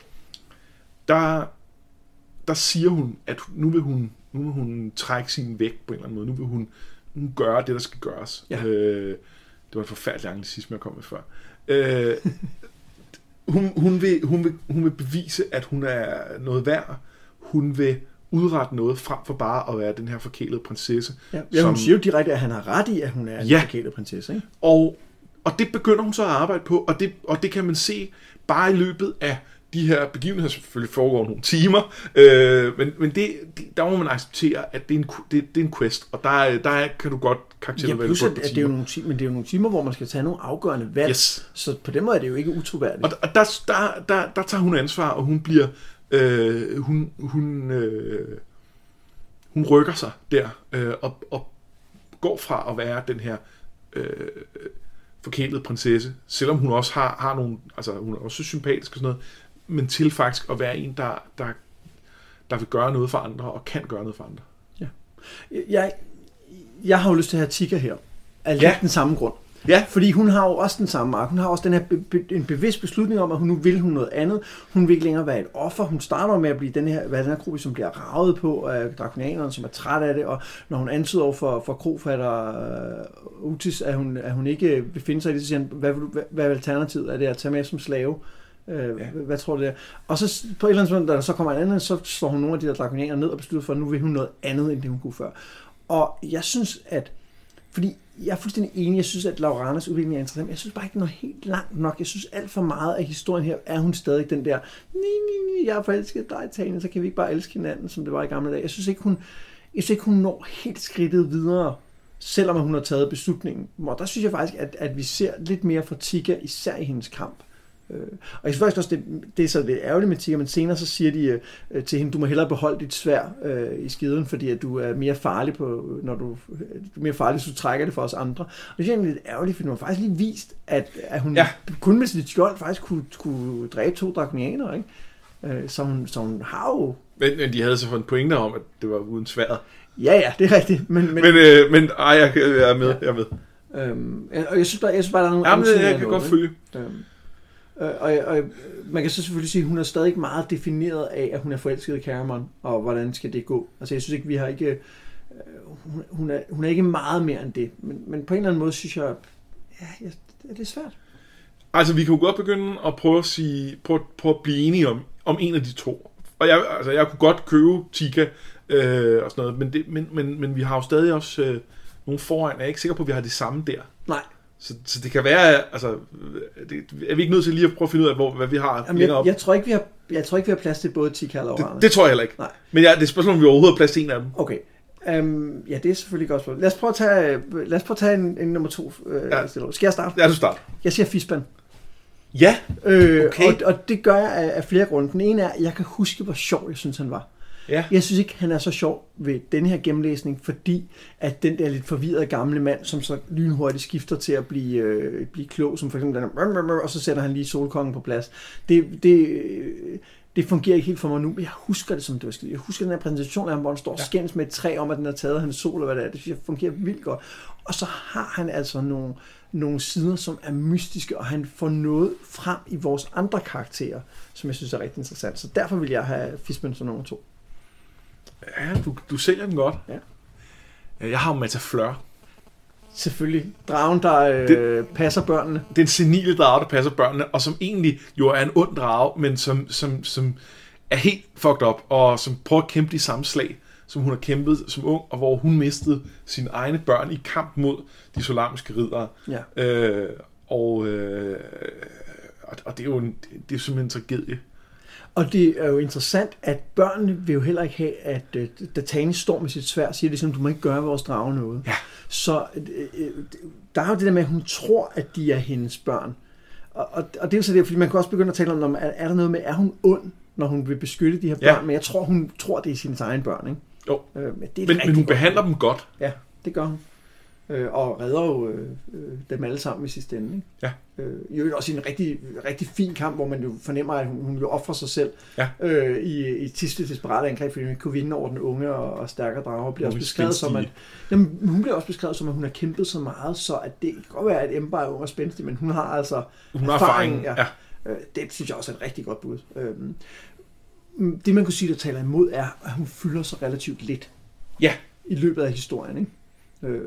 der, der siger hun, at nu vil hun, nu vil hun trække sin vægt på en eller anden måde. Nu vil hun, hun gøre det, der skal gøres. Ja. Øh, det var en forfærdelig anglicisme, jeg kom med før. Øh, hun, hun, vil, hun, vil, hun vil bevise, at hun er noget værd. Hun vil udrette noget frem for bare at være den her forkælede prinsesse. Ja, ja hun som, siger jo direkte, at han har ret i, at hun er en ja, forkælet prinsesse. Ikke? Og, og det begynder hun så at arbejde på, og det, og det kan man se bare i løbet af de her begivenheder, selvfølgelig foregår nogle timer, øh, men, men det, der må man acceptere, at det er en, det, det er en quest, og der, der kan du godt karakterisere ja, plus, at, at det er jo nogle timer, men det er jo nogle timer, hvor man skal tage nogle afgørende valg, yes. Så på den måde er det jo ikke utroværdigt. Og, og der, der, der, der tager hun ansvar, og hun bliver øh, hun, hun, øh, hun rykker sig der, øh, og, og går fra at være den her øh, forkælede prinsesse, selvom hun også har, har nogle, altså hun er også sympatisk og sådan noget, men til faktisk at være en, der, der, der vil gøre noget for andre, og kan gøre noget for andre. Ja. Jeg, jeg har jo lyst til at have Tika her, af ja. den samme grund. Ja. Fordi hun har jo også den samme mark. Hun har også den her be- be- en bevidst beslutning om, at hun nu vil hun noget andet. Hun vil ikke længere være et offer. Hun starter med at blive den her, være den her gruppe, som bliver ravet på af drakonianerne, som er træt af det. Og når hun antyder over for, for krofatter uh, Utis, at hun, at hun ikke vil finde sig i det, så siger han, hvad, hvad, hvad er alternativet? Er det at tage med som slave? Uh, ja. Hvad tror du det er? Og så på et eller andet punkt, da der så kommer en anden, så slår hun nogle af de der drakonianer ned og beslutter for, at nu vil hun noget andet, end det hun kunne før. Og jeg synes, at fordi jeg er fuldstændig enig. Jeg synes, at Lauranas udvikling er interessant. Jeg synes bare ikke, det er noget helt langt nok. Jeg synes alt for meget af historien her, er hun stadig den der, jeg er forelsket dig, Tane, så kan vi ikke bare elske hinanden, som det var i gamle dage. Jeg synes ikke, hun, jeg synes ikke, hun når helt skridtet videre, selvom hun har taget beslutningen. Og der synes jeg faktisk, at, at vi ser lidt mere fra Tika, især i hendes kamp, Øh, og jeg synes faktisk også, det, det er så lidt ærgerligt med Tigger, men senere så siger de øh, til hende, du må hellere beholde dit sværd øh, i skiden, fordi at du er mere farlig, på, når du, du er mere farlig, så du trækker det for os andre. Og det synes jeg er lidt ærgerligt, fordi hun har faktisk lige vist, at, at hun ja. kun med sit skjold faktisk kunne, kunne dræbe to drakonianer, ikke? Øh, så, hun, så hun har jo... Men, men de havde så fået en pointe om, at det var uden sværd. Ja, ja, det er rigtigt. Men, men, men, øh, men ej, jeg, jeg er med, ja. jeg er med. Øhm, og jeg synes bare, jeg synes bare der er nogle... Jamen, jeg, jeg kan godt følge. Øhm, og, og, og man kan så selvfølgelig sige, at hun er stadig meget defineret af, at hun er forelsket i Caramon, og hvordan skal det gå. Altså jeg synes ikke, vi har ikke... Øh, hun, hun, er, hun er ikke meget mere end det, men, men på en eller anden måde synes jeg, ja, ja det er svært. Altså vi kan jo godt begynde at prøve at sige, prøve, prøve at blive enige om, om en af de to. Og jeg, altså, jeg kunne godt købe Tika øh, og sådan noget, men, det, men, men, men vi har jo stadig også øh, nogle foran. Jeg er ikke sikker på, at vi har det samme der. Nej. Så, så det kan være, altså, det, er vi ikke nødt til lige at prøve at finde ud af, hvor, hvad vi har Jamen, jeg, jeg, tror ikke, vi har, jeg tror ikke, vi har plads til både Tika og Laurana. Det, det tror jeg heller ikke. Nej. Men ja, det er spørgsmålet, om vi overhovedet har plads til en af dem. Okay. Um, ja, det er selvfølgelig godt spørgsmål. Lad os prøve at tage, lad os prøve at tage en, en nummer to. Øh, ja. Skal jeg starte? Ja, du starter. Jeg siger Fisban. Ja, øh, okay. Og, og det gør jeg af, af flere grunde. Den ene er, at jeg kan huske, hvor sjov jeg synes, han var. Ja. Jeg synes ikke, han er så sjov ved denne her gennemlæsning, fordi at den der lidt forvirrede gamle mand, som så lynhurtigt skifter til at blive, øh, blive klog, som for eksempel den her, og så sætter han lige Solkongen på plads. Det, det, det fungerer ikke helt for mig nu, men jeg husker det, som det var skidt. Jeg husker den her præsentation af ham, hvor han står og skændes med et træ om, at den har taget hans sol, eller hvad det er. Det synes jeg fungerer vildt godt. Og så har han altså nogle, nogle sider, som er mystiske, og han får noget frem i vores andre karakterer, som jeg synes er rigtig interessant. Så derfor vil jeg have Fisban som nummer to. Ja, du, du sælger den godt. Ja. Jeg har jo Mata Fleur. Selvfølgelig. Dragen, der øh, det, passer børnene. Det er en senile drage, der passer børnene, og som egentlig jo er en ond drage, men som, som, som er helt fucked up, og som prøver at kæmpe de samme slag, som hun har kæmpet som ung, og hvor hun mistede sine egne børn i kamp mod de solamiske riddere. Ja. Øh, og, øh, og det er jo en, det er simpelthen en tragedie. Og det er jo interessant, at børnene vil jo heller ikke have, at da Tanis står med sit sværd, siger det sådan, du må ikke gøre vores drage noget. Ja. Så øh, der er jo det der med, at hun tror, at de er hendes børn. Og, og, og det er jo så det, fordi man kan også begynde at tale om, er, er der noget med, er hun ond, når hun vil beskytte de her børn? Ja. Men jeg tror, hun tror, det er sine egne børn, ikke? Jo, øh, men, det er men, men hun godt. behandler dem godt. Ja, det gør hun. Øh, og redder jo øh, dem alle sammen i sidste ende. Ikke? Ja. Øh, I øvrigt også en rigtig, rigtig fin kamp, hvor man jo fornemmer, at hun, hun jo offrer sig selv ja. øh, i, i sidste desperate angreb, fordi hun kunne vinde over den unge og, og stærkere drager. Bliver også beskrevet som, at, jamen, hun bliver også beskrevet som, at hun har kæmpet så meget, så at det kan godt være, at Ember er ung og spændstig, men hun har altså hun har erfaring. Ja. Ja. Øh, det synes jeg også er et rigtig godt bud. Øh, det man kunne sige, der taler imod, er, at hun fylder sig relativt lidt ja. i løbet af historien. Ikke? Øh,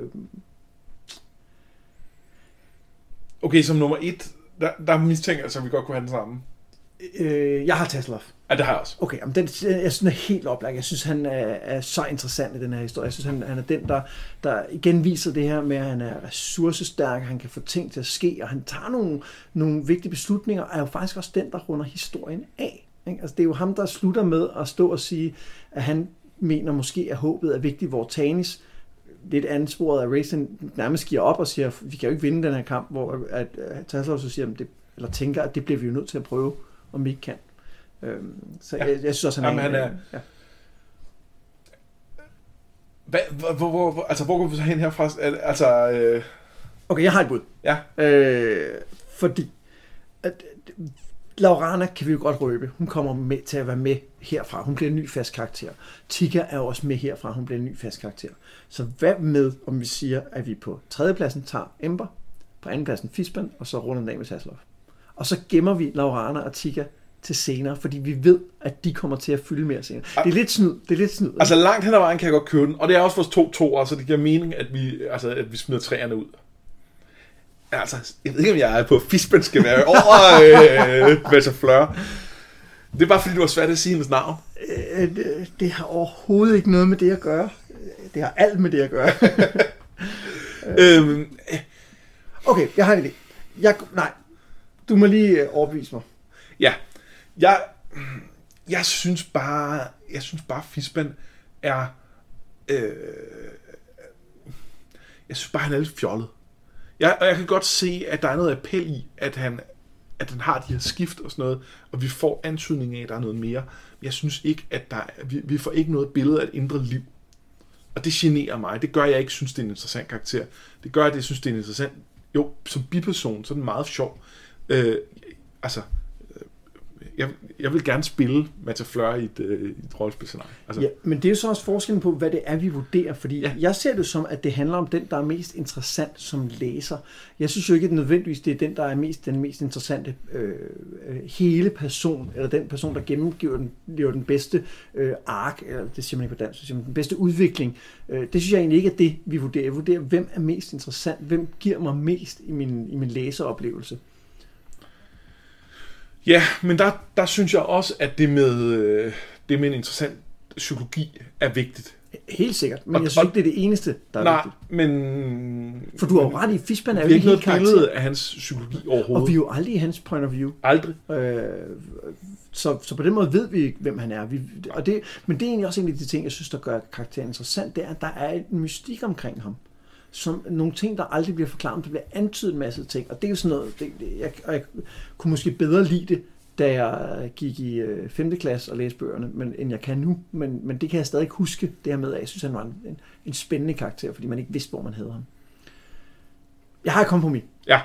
Okay, som nummer et, der, der mistænker jeg, så vi godt kunne have den samme. Øh, jeg har Tasselhoff. Ja, det har jeg også. Okay, men den, jeg synes, den er helt oplagt. Jeg synes, han er, er så interessant i den her historie. Jeg synes, han, han er den, der, der igen viser det her med, at han er ressourcestærk, han kan få ting til at ske, og han tager nogle, nogle vigtige beslutninger, og er jo faktisk også den, der runder historien af. Ikke? Altså, det er jo ham, der slutter med at stå og sige, at han mener måske, at håbet er vigtigt, hvor Tanis lidt ansporet af Raisin nærmest giver op og siger, vi kan jo ikke vinde den her kamp, hvor at, at Tasselhoff så siger, det, eller tænker, at det bliver vi jo nødt til at prøve, om vi ikke kan. Øhm, så ja. jeg, jeg synes også, han er... Jamen, han er... Ja. Hvad, hvor, hvor, hvor, altså, hvor går vi så hen herfra? Altså... Øh... Okay, jeg har et bud. Ja. Øh, fordi... At, Laurana kan vi jo godt røbe. Hun kommer med til at være med herfra. Hun bliver en ny fast karakter. Tika er også med herfra. Hun bliver en ny fast karakter. Så hvad med, om vi siger, at vi på tredjepladsen tager Ember, på andenpladsen Fisban, og så runder den af med Tasselhoff. Og så gemmer vi Laurana og Tika til senere, fordi vi ved, at de kommer til at fylde mere senere. Det er lidt snyd. Det er lidt snyd. Altså langt hen ad vejen kan jeg godt købe den, og det er også vores to toer, så det giver mening, at vi, altså, at vi smider træerne ud. Altså, jeg ved ikke, om jeg er på Fisban skal være over øh, Mata Fleur. Det er bare fordi, du har svært at sige hendes navn. Øh, det, det har overhovedet ikke noget med det at gøre. Det har alt med det at gøre. øhm, okay, jeg har en idé. Jeg, nej, du må lige overbevise mig. Ja, jeg, jeg synes bare, jeg synes bare, Fisban er, øh, jeg synes bare, han er lidt fjollet. Jeg, og jeg kan godt se, at der er noget appel i, at han at den har de her skift og sådan noget, og vi får antydning af, at der er noget mere. Men jeg synes ikke, at der er, vi, vi får ikke noget billede af et indre liv. Og det generer mig. Det gør, at jeg ikke synes, det er en interessant karakter. Det gør, at jeg synes, det er en interessant... Jo, som biperson, så er den meget sjov. Øh, altså... Jeg, jeg vil gerne spille Mata Fleur i et, øh, et rollespilscenarie. Altså. Ja, men det er jo så også forskellen på, hvad det er, vi vurderer. Fordi ja. jeg ser det som, at det handler om den, der er mest interessant som læser. Jeg synes jo ikke, at nødvendigvis det er den, der er mest, den mest interessante øh, hele person, eller den person, der gennemgiver den, lever den bedste øh, ark, eller det siger man ikke på dansk, siger man, den bedste udvikling. Øh, det synes jeg egentlig ikke er det, vi vurderer. Jeg vurderer, hvem er mest interessant, hvem giver mig mest i min, i min læseroplevelse. Ja, men der, der synes jeg også, at det med, øh, det med en interessant psykologi er vigtigt. Helt sikkert, men og, jeg synes ikke, det er det eneste, der er nej, vigtigt. men... For du har jo ret i, Fishman er jo ikke ikke noget billede af hans psykologi overhovedet. Og vi er jo aldrig i hans point of view. Aldrig. Øh, så, så på den måde ved vi ikke, hvem han er. Vi, og det, men det er egentlig også en af de ting, jeg synes, der gør karakteren interessant, det er, at der er en mystik omkring ham. Som nogle ting, der aldrig bliver forklaret, der bliver antydet en masse ting, og det er jo sådan noget, det, det, jeg, jeg kunne måske bedre lide det, da jeg gik i øh, femte klasse og læste bøgerne, men, end jeg kan nu, men, men det kan jeg stadig huske, det her med, at jeg synes, han var en, en, en spændende karakter, fordi man ikke vidste, hvor man havde ham. Jeg har et kompromis. Ja.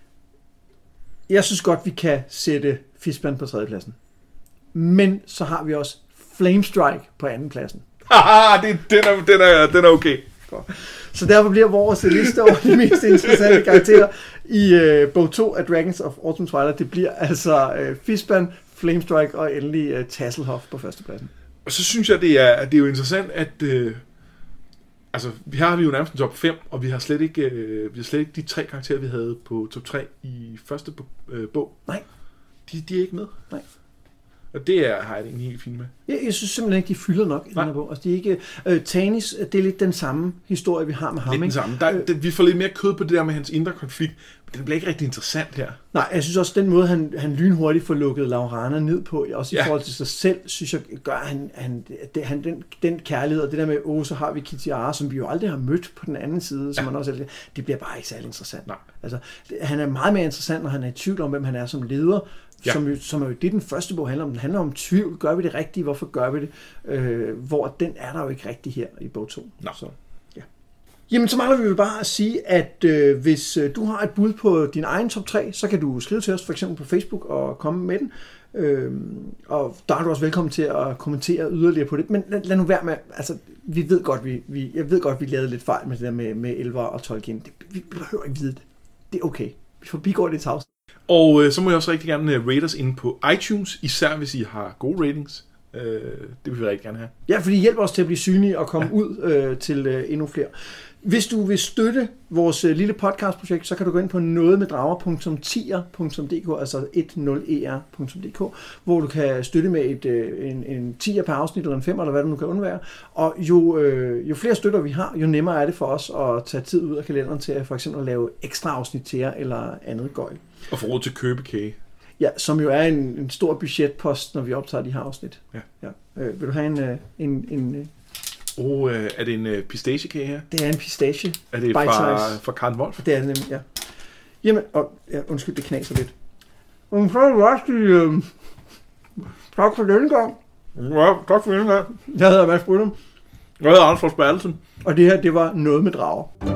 Jeg synes godt, vi kan sætte Fishman på tredjepladsen. Men så har vi også Flamestrike på andenpladsen. Haha, det, den, er, den, er, den er okay. Så derfor bliver vores liste over de mest interessante karakterer i øh, bog to af Dragons of Autumn Twilight. Det bliver altså øh, Fishman, Flamestrike og endelig øh, Tasselhoff på førstepladsen. Og så synes jeg, det er, det er jo interessant, at øh, altså, vi har vi jo nærmest en top fem, og vi har slet ikke, øh, vi har slet ikke de tre karakterer, vi havde på top tre i første øh, bog. Nej. De, de er ikke med. Nej. Og det er, har jeg det egentlig helt fint med. Jeg, jeg synes simpelthen ikke, de fylder nok i den her bog. Altså, de er ikke, øh, Tanis, det er lidt den samme historie, vi har med ham. Lidt den samme. Der, øh, det, vi får lidt mere kød på det der med hans indre konflikt, men det bliver ikke rigtig interessant her. Nej, jeg synes også, den måde, han, han lynhurtigt får lukket Laurana ned på, også i ja. forhold til sig selv, synes jeg, gør han, han, det, han den, den kærlighed, og det der med, åh, så har vi Kitiara, som vi jo aldrig har mødt på den anden side, ja. som man også, det bliver bare ikke særlig interessant. Nej. Altså, det, han er meget mere interessant, når han er i tvivl om, hvem han er som leder, ja. som, jo, som er jo det, den første bog handler om. Den handler om tvivl. Gør vi det rigtigt? Hvorfor gør vi det? Øh, hvor den er der jo ikke rigtig her i bog to. No. Så, ja. Jamen, så mangler vi jo bare at sige, at øh, hvis øh, du har et bud på din egen top tre, så kan du skrive til os, for eksempel på Facebook, og komme med den. Øh, og der er du også velkommen til at kommentere yderligere på det. Men lad, lad nu være med, altså, vi ved godt, vi, vi, jeg ved godt, vi lavede lidt fejl med det der med, med Elver og Tolkien. Det, vi behøver ikke vide det. Det er okay. Vi forbigår det i tavs. Og øh, så må jeg også rigtig gerne rate os inde på iTunes, især hvis I har gode ratings. Øh, det vil vi rigtig gerne have. Ja, fordi det hjælper os til at blive synlige og komme ja. ud øh, til øh, endnu flere. Hvis du vil støtte vores øh, lille podcastprojekt, så kan du gå ind på nogetmeddrager punktum tier punktum d k, altså ti er punktum d k, hvor du kan støtte med et, øh, en, en tier per afsnit, eller en fem, eller hvad du nu kan undvære. Og jo, øh, jo flere støtter vi har, jo nemmere er det for os at tage tid ud af kalenderen til at for eksempel at lave ekstra afsnit til jer, eller andet gøjl. Og få råd til købekage. Ja, som jo er en, en stor budgetpost, når vi optager de her afsnit. Ja. Ja. Øh, vil du have en... Øh, en, en Oh, øh, er det en øh, pistachekage her? Det er en pistache. Er det fra, fra Karen Wolf? Det er det nemlig, ja. Jamen, og, ja, undskyld, det knaser lidt. Men så er det også sige, øh, tak for denne gang. Ja, tak for denne gang. Jeg hedder Mads Brydum. Jeg hedder Anders Forsbergelsen. Og det her, det var Noget med Drager.